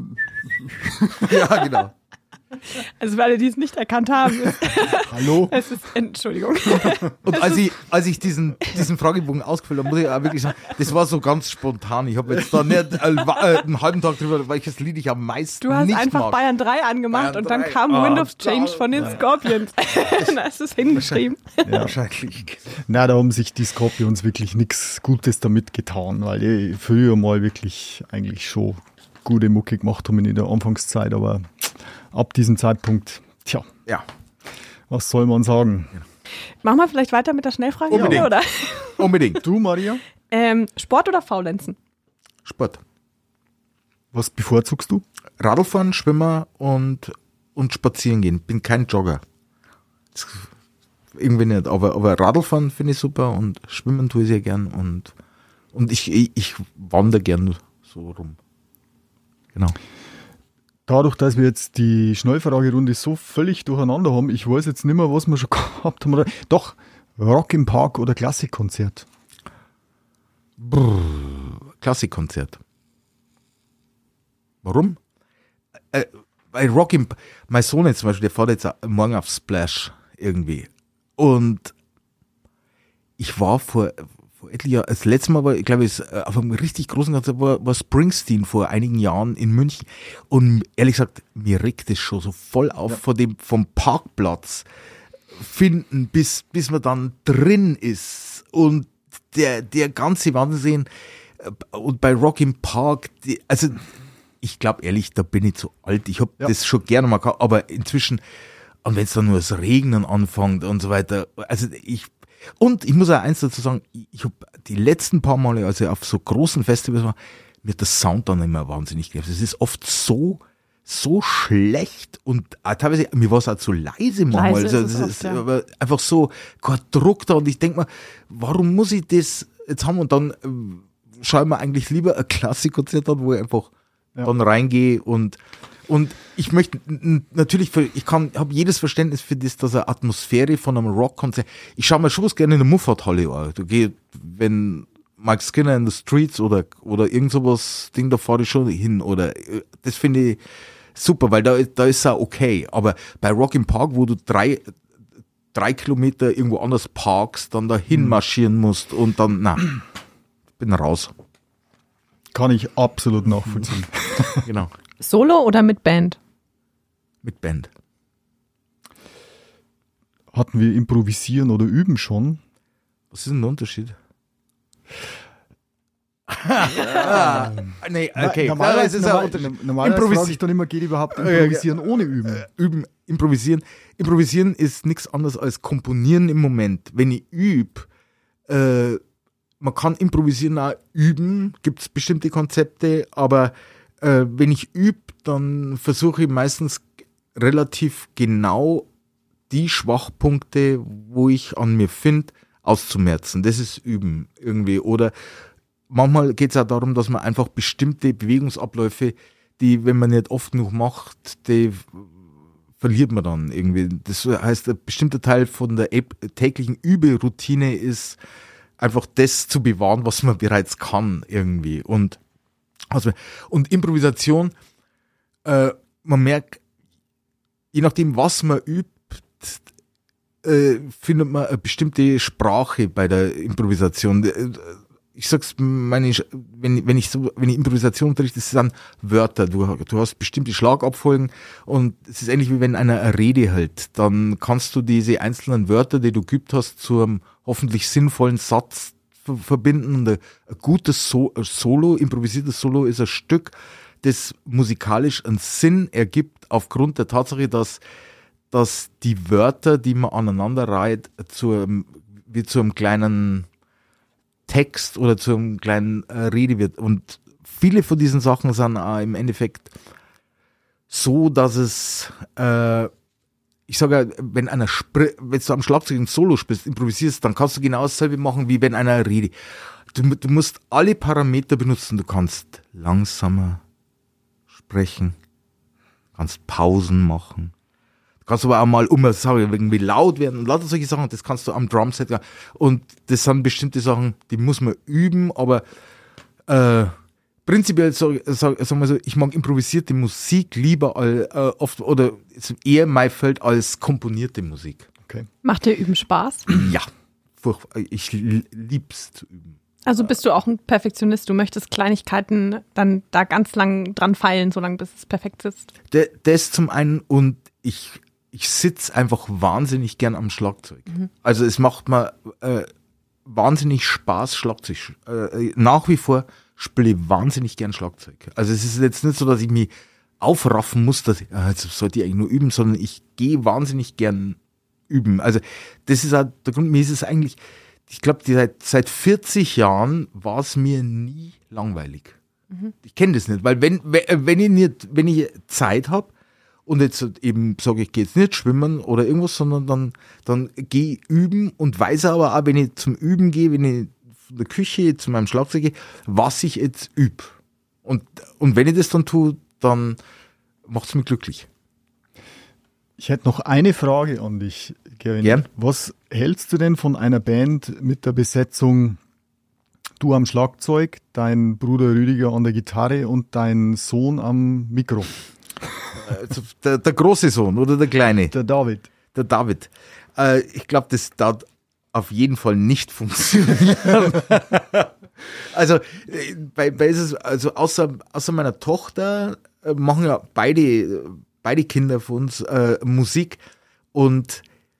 Ja, genau. Also für alle, die es nicht erkannt haben. Hallo? Es ist, Entschuldigung. Und als ich, als ich diesen, diesen Fragebogen ausgefüllt habe, muss ich auch wirklich sagen, das war so ganz spontan. Ich habe jetzt da nicht äh, einen halben Tag drüber, welches Lied ich am meisten nicht mag. Du hast einfach mag. Bayern drei angemacht Bayern und dann drei. kam oh, Wind of Change von den Scorpions. Da hast du es hingeschrieben. Ja. Wahrscheinlich. Na, da haben sich die Scorpions wirklich nichts Gutes damit getan, weil die früher mal wirklich eigentlich schon gute Mucke gemacht haben in der Anfangszeit, aber ab diesem Zeitpunkt, tja, ja. was soll man sagen? Ja. Machen wir vielleicht weiter mit der Schnellfrage? Unbedingt. Oder? Unbedingt. Du, Maria? Ähm, Sport oder Faulenzen? Sport. Was bevorzugst du? Radlfahren, Schwimmen und, und spazieren gehen. Bin kein Jogger. Das irgendwie nicht. Aber, aber Radlfahren finde ich super und Schwimmen tue ich sehr gern und, und ich, ich, ich wandere gern so rum. Genau. Dadurch, dass wir jetzt die Schnellfragerunde so völlig durcheinander haben, ich weiß jetzt nicht mehr, was wir schon gehabt haben. Oder doch, Rock im Park oder Klassikkonzert? Brrr, Klassikkonzert. Warum? Äh, weil Rock im Park, mein Sohn jetzt zum Beispiel, der fährt jetzt morgen auf Splash irgendwie. Und ich war vor, vor etlichen Jahren, das letzte Mal war, ich glaube, es auf einem richtig großen Konzert war, war Springsteen vor einigen Jahren in München. Und ehrlich gesagt, mir regt es schon so voll auf ja. von dem, vom Parkplatz finden, bis, bis man dann drin ist. Und der, der ganze Wahnsinn. Und bei Rock im Park, die, also, ich glaube ehrlich, da bin ich zu alt. Ich habe ja. das schon gerne mal gehabt, aber inzwischen, und wenn es dann nur das Regnen anfängt und so weiter, also ich, und ich muss auch eins dazu sagen, ich habe die letzten paar Male, also auf so großen Festivals war, mir hat der Sound dann immer wahnsinnig genervt. Es ist oft so, so schlecht und auch teilweise, mir war es auch zu leise manchmal. Leise also, ist das oft, ist ja. aber einfach so, kein Druck da und ich denke mir, warum muss ich das jetzt haben und dann äh, schaue ich mir eigentlich lieber ein Klassikkonzert an, wo ich einfach ja. dann reingehe und und ich möchte n- natürlich, für, ich kann, habe jedes Verständnis für das, dass eine Atmosphäre von einem Rockkonzert. Ich schaue mir schon was gerne in der Muffathalle an. Da gehe, wenn Mike Skinner in the Streets oder oder irgend sowas Ding, da fahre ich schon hin oder das finde ich super, weil da da ist es auch okay. Aber bei Rock im Park, wo du drei drei Kilometer irgendwo anders parkst, dann dahin marschieren musst und dann, na, bin raus. Kann ich absolut nachvollziehen. Genau. Solo oder mit Band? Mit Band. Hatten wir improvisieren oder üben schon? Was ist denn der Unterschied? ah, nee, okay. Normalerweise, ist normal, Unterschied. normalerweise Improvis- frage ich dann immer, geht überhaupt improvisieren ohne üben? Üben, improvisieren. Improvisieren ist nichts anderes als komponieren im Moment. Wenn ich übe, äh, man kann improvisieren auch üben, gibt es bestimmte Konzepte, aber äh, wenn ich übe, dann versuche ich meistens relativ genau die Schwachpunkte, wo ich an mir finde, auszumerzen. Das ist Üben irgendwie. Oder manchmal geht es auch darum, dass man einfach bestimmte Bewegungsabläufe, die, wenn man nicht oft genug macht, die verliert man dann irgendwie. Das heißt, ein bestimmter Teil von der täglichen Überoutine ist einfach das zu bewahren, was man bereits kann irgendwie. Und, also, und Improvisation, äh, man merkt, je nachdem, was man übt, äh, findet man eine bestimmte Sprache bei der Improvisation. Ich sag's, meine, wenn, wenn ich so, wenn ich Improvisation unterrichte, das sind Wörter. Du, du hast bestimmte Schlagabfolgen und es ist ähnlich wie wenn einer eine Rede hält. Dann kannst du diese einzelnen Wörter, die du geübt hast, zu einem hoffentlich sinnvollen Satz ver- verbinden. Und ein, ein gutes so- Solo, improvisiertes Solo ist ein Stück, das musikalisch einen Sinn ergibt aufgrund der Tatsache, dass, dass die Wörter, die man aneinander reiht, zu einem, wie zu einem kleinen Text oder zu einem kleinen äh, Rede wird. Und viele von diesen Sachen sind auch im Endeffekt so, dass es, äh, ich sage, wenn einer spr- wenn du am Schlagzeug ein Solo spielst, improvisierst, dann kannst du genau dasselbe machen, wie wenn einer Rede. Du, du musst alle Parameter benutzen. Du kannst langsamer sprechen, kannst Pausen machen. Du kannst aber auch mal um eine Sache irgendwie laut werden und lauter solche Sachen, das kannst du am Drumset. Und das sind bestimmte Sachen, die muss man üben, aber äh, prinzipiell sag, sag, sag mal so, ich mag improvisierte Musik lieber als, äh, oft oder eher mein Feld als komponierte Musik. Okay. Macht dir Üben Spaß? Ja, furchtbar. Ich lieb's zu üben. Also bist du auch ein Perfektionist, du möchtest Kleinigkeiten dann da ganz lang dran feilen, solange bis es perfekt sitzt? D- das zum einen und ich Ich sitze einfach wahnsinnig gern am Schlagzeug. Mhm. Also es macht mir äh, wahnsinnig Spaß, Schlagzeug. Äh, nach wie vor spiele ich wahnsinnig gern Schlagzeug. Also es ist jetzt nicht so, dass ich mich aufraffen muss, dass ich, äh, jetzt sollte ich eigentlich nur üben, sondern ich gehe wahnsinnig gern üben. Also das ist auch der Grund, mir ist es eigentlich, ich glaube, seit, seit vierzig Jahren war es mir nie langweilig. Mhm. Ich kenne das nicht, weil wenn, wenn ich nicht, wenn ich Zeit habe, und jetzt eben sage ich, gehe jetzt nicht schwimmen oder irgendwas, sondern dann, dann gehe üben und weiß aber auch, wenn ich zum Üben gehe, wenn ich von der Küche zu meinem Schlagzeug gehe, was ich jetzt übe. Und, und wenn ich das dann tue, dann macht es mich glücklich. Ich hätte noch eine Frage an dich, Gavin. Gern. Was hältst du denn von einer Band mit der Besetzung du am Schlagzeug, dein Bruder Rüdiger an der Gitarre und dein Sohn am Mikro? Also der, der große Sohn oder der kleine? Der David. Der David. Äh, ich glaube, das darf auf jeden Fall nicht funktionieren. Also, äh, bei, bei ist es, also außer, außer meiner Tochter äh, machen ja beide, beide Kinder von uns äh, Musik und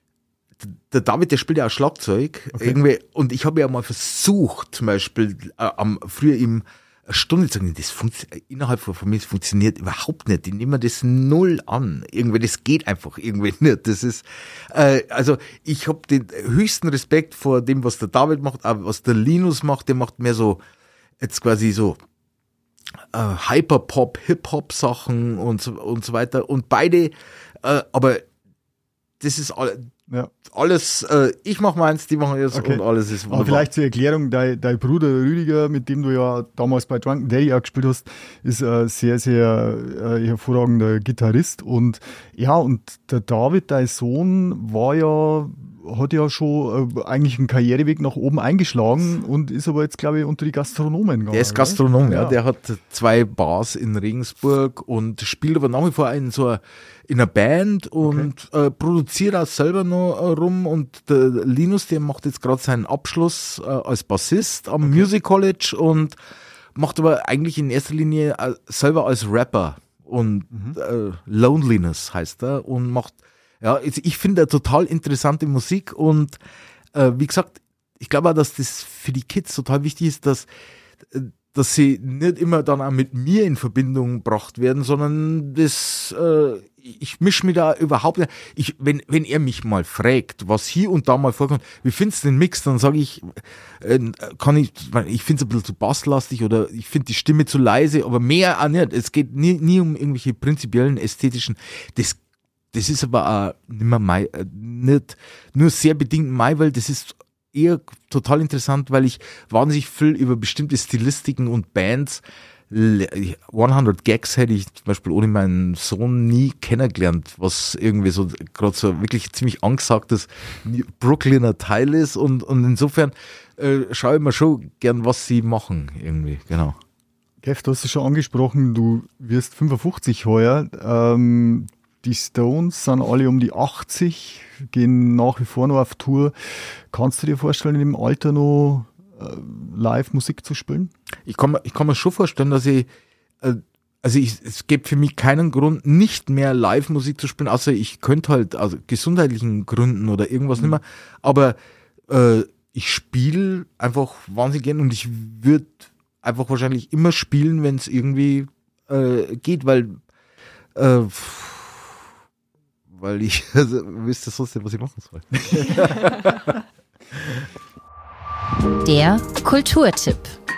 der David, der spielt ja auch Schlagzeug. Okay. Irgendwie, und ich habe ja mal versucht, zum Beispiel äh, am früher im eine Stunde zu sagen, das funktioniert innerhalb von mir, das funktioniert überhaupt nicht. Die nehmen das null an. Irgendwie, das geht einfach irgendwie nicht. Das ist, äh, also ich habe den höchsten Respekt vor dem, was der David macht, aber was der Linus macht, der macht mehr so jetzt quasi so äh, Hyperpop, Hip-Hop-Sachen und so, und so weiter. Und beide, äh, aber das ist all, ja. alles, äh, ich mache meins, die machen jetzt okay. Und alles ist wunderbar. Aber vielleicht zur Erklärung, dein, dein Bruder Rüdiger, mit dem du ja damals bei Drunken Daddy auch gespielt hast, ist ein sehr, sehr äh, hervorragender Gitarrist und ja, und der David, dein Sohn, war ja, hat ja schon äh, eigentlich einen Karriereweg nach oben eingeschlagen und ist aber jetzt, glaube ich, unter die Gastronomen gegangen. Der ist Gastronom, ja. ja. Der hat zwei Bars in Regensburg und spielt aber nach wie vor in so einer, in einer Band und okay. äh, produziert auch selber noch äh, rum und der Linus, der macht jetzt gerade seinen Abschluss äh, als Bassist am okay. Music College und macht aber eigentlich in erster Linie äh, selber als Rapper und mhm. äh, Loneliness heißt er und macht ja, ich finde eine total interessante Musik und äh, wie gesagt, ich glaube auch, dass das für die Kids total wichtig ist, dass, dass sie nicht immer dann auch mit mir in Verbindung gebracht werden, sondern das, äh, ich mische mich da überhaupt nicht. Ich, wenn, wenn er mich mal fragt, was hier und da mal vorkommt, wie findest du den Mix, dann sage ich, äh, kann ich, ich finde es ein bisschen zu basslastig oder ich finde die Stimme zu leise, aber mehr auch nicht. Es geht nie, nie um irgendwelche prinzipiellen, ästhetischen, das Das ist aber auch nicht, mehr mein, nicht nur sehr bedingt mein, weil das ist eher total interessant, weil ich wahnsinnig viel über bestimmte Stilistiken und Bands, hundert Gags hätte ich zum Beispiel ohne meinen Sohn nie kennengelernt, was irgendwie so gerade so wirklich ziemlich angesagtes Brooklyner Teil ist und, und insofern äh, schaue ich mir schon gern, was sie machen irgendwie, genau. Kev, du hast es schon angesprochen, du wirst fünfundfünfzig heuer, ähm, die Stones sind alle um die achtzig, gehen nach wie vor noch auf Tour. Kannst du dir vorstellen, in dem Alter noch äh, live Musik zu spielen? Ich kann, ich kann mir schon vorstellen, dass ich, äh, also ich, es gibt für mich keinen Grund, nicht mehr live Musik zu spielen, außer ich könnte halt, also gesundheitlichen Gründen oder irgendwas mhm. nicht mehr. Aber äh, ich spiele einfach wahnsinnig gern und ich würde einfach wahrscheinlich immer spielen, wenn es irgendwie äh, geht, weil äh, weil ich also, wüsste sonst nicht, was ich machen soll. Der Kulturtipp.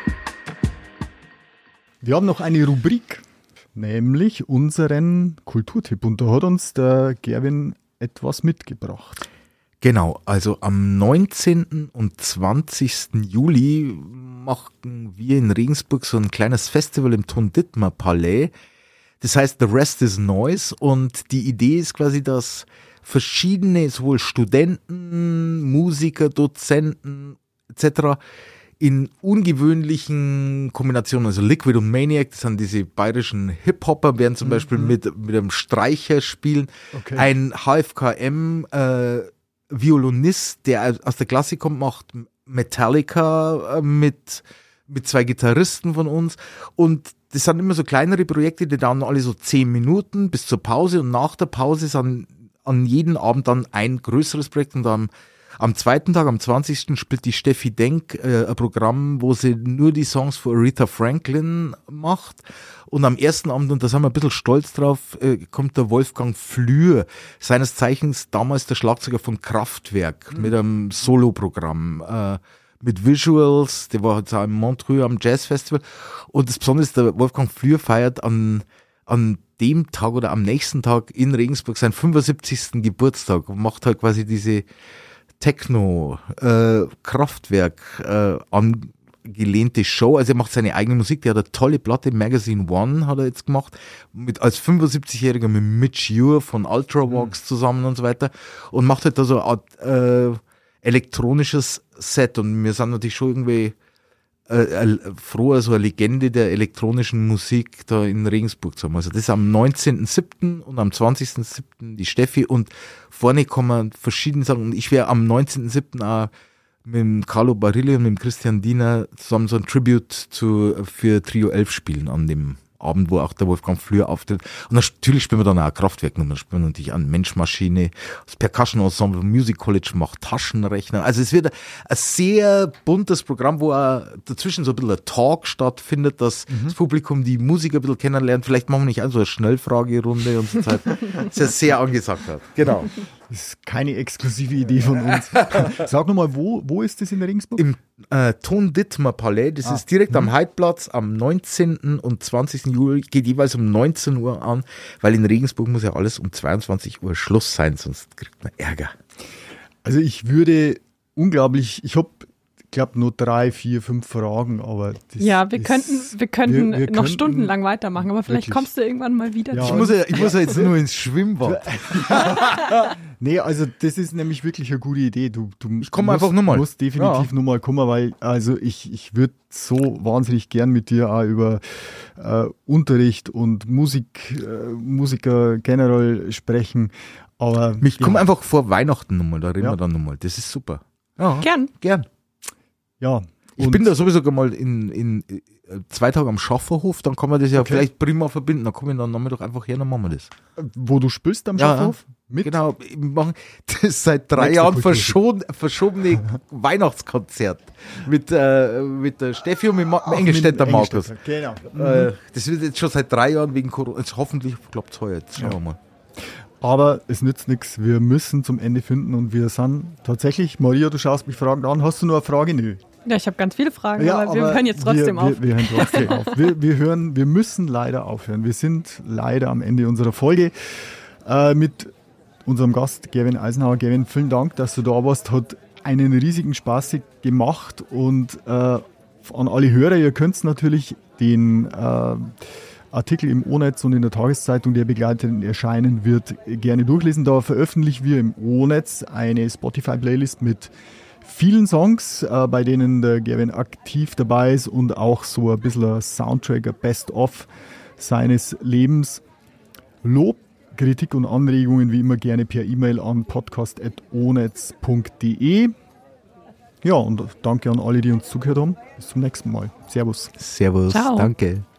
Wir haben noch eine Rubrik, nämlich unseren Kulturtipp. Und da hat uns der Gerwin etwas mitgebracht. Genau, also am neunzehnten und zwanzigsten Juli machen wir in Regensburg so ein kleines Festival im Ton-Dittmar-Palais. Das heißt, The Rest is Noise und die Idee ist quasi, dass verschiedene, sowohl Studenten, Musiker, Dozenten et cetera in ungewöhnlichen Kombinationen, also Liquid und Maniac, das sind diese bayerischen Hip-Hopper, werden zum mhm. Beispiel mit, mit einem Streicher spielen, okay. Ein H F K M äh, Violinist, der aus der Klassik kommt, macht Metallica äh, mit, mit zwei Gitarristen von uns und das sind immer so kleinere Projekte, die dauern alle so zehn Minuten bis zur Pause und nach der Pause sind an jeden Abend dann ein größeres Projekt und am, am zweiten Tag, am zwanzigsten spielt die Steffi Denk äh, ein Programm, wo sie nur die Songs von Aretha Franklin macht und am ersten Abend, und da sind wir ein bisschen stolz drauf, äh, kommt der Wolfgang Flür, seines Zeichens damals der Schlagzeuger von Kraftwerk mhm. mit einem Soloprogramm, äh, mit Visuals, der war jetzt auch in Montreux am Jazzfestival und das Besondere ist, der Wolfgang Flür feiert an, an dem Tag oder am nächsten Tag in Regensburg seinen fünfundsiebzigsten Geburtstag und macht halt quasi diese Techno-Kraftwerk äh, angelehnte Show. Also er macht seine eigene Musik, der hat eine tolle Platte, Magazine One hat er jetzt gemacht, mit als fünfundsiebzigjähriger mit Mitch Ure von Ultravox mhm. zusammen und so weiter und macht halt da so eine Art äh, elektronisches Set und wir sind natürlich schon irgendwie äh, froh, so eine Legende der elektronischen Musik da in Regensburg zu haben. Also das ist am neunzehnten siebten und am zwanzigsten siebten die Steffi und vorne kommen verschiedene Sachen und ich wäre am neunzehnten siebten auch mit dem Carlo Barilli und mit dem Christian Diener zusammen so ein Tribute zu, für Trio elf spielen an dem Abend, wo auch der Wolfgang Flür auftritt. Und natürlich spielen wir dann auch Kraftwerknummern, spielen wir natürlich an Mensch-Maschine, das Percussion-Ensemble, Music College macht Taschenrechner. Also es wird ein sehr buntes Programm, wo auch dazwischen so ein bisschen ein Talk stattfindet, dass mhm. das Publikum die Musiker ein bisschen kennenlernt. Vielleicht machen wir nicht auch so eine Schnellfragerunde und so Zeit. Das ist ja sehr angesagt hat. Genau. Das ist keine exklusive Idee von uns. Sag nochmal, wo, wo ist das in Regensburg? Im äh, Ton Dittmer Palais. Das ah. ist direkt mhm. am Heidplatz am neunzehnten und zwanzigsten Juli. Geht jeweils um neunzehn Uhr an, weil in Regensburg muss ja alles um zweiundzwanzig Uhr Schluss sein, sonst kriegt man Ärger. Also ich würde unglaublich, ich habe ich glaube nur drei, vier, fünf Fragen, aber das ja, wir ist, könnten, wir könnten wir, wir noch könnten, stundenlang weitermachen, aber vielleicht wirklich. Kommst du irgendwann mal wieder. Ja, ich, muss ja, ich muss ja jetzt nur ins Schwimmbad. Nee, also das ist nämlich wirklich eine gute Idee. Du, du ich komme einfach nochmal. Du musst definitiv ja. nochmal kommen, weil also ich, ich würde so wahnsinnig gern mit dir auch über äh, Unterricht und Musik, äh, Musiker generell sprechen. Aber ich komme ja. einfach vor Weihnachten nochmal, da reden ja. wir dann nochmal. Das ist super. Ja. Gern. Gern. Ja. Ich bin da sowieso mal in, in, in zwei Tage am Schafferhof, dann kann man das ja okay. vielleicht prima verbinden. Dann komme ich dann Nachmittag einfach her, dann machen wir das. Wo du spielst am ja, Schafferhof? Mit? Genau, wir machen das seit drei Nächste Jahren verschoben, verschobene Weihnachtskonzert mit, äh, mit der Steffi und mit dem Engelstädter Markus. Genau. Äh, das wird jetzt schon seit drei Jahren wegen Corona. Jetzt hoffentlich klappt es heuer. Jetzt schauen ja. wir mal. Aber es nützt nichts. Wir müssen zum Ende finden und wir sind tatsächlich, Maria, du schaust mich fragend an. Hast du noch eine Frage? Nö. Ja, ich habe ganz viele Fragen, ja, aber, aber wir hören jetzt trotzdem wir, auf. Wir, wir hören trotzdem auf. Wir, wir, hören, wir müssen leider aufhören. Wir sind leider am Ende unserer Folge äh, mit unserem Gast Gavin Eisenhauer. Gavin, vielen Dank, dass du da warst. Hat einen riesigen Spaß gemacht und äh, an alle Hörer, ihr könnt natürlich den äh, Artikel im O-Netz und in der Tageszeitung, der begleitend erscheinen wird, gerne durchlesen. Da veröffentlichen wir im O-Netz eine Spotify-Playlist mit vielen Songs, äh, bei denen der Gavin aktiv dabei ist und auch so ein bisschen ein Soundtrack, ein Best-of seines Lebens. Lob, Kritik und Anregungen wie immer gerne per E-Mail an podcast at o netz punkt de. Ja, und danke an alle, die uns zugehört haben. Bis zum nächsten Mal. Servus. Servus. Ciao. Danke.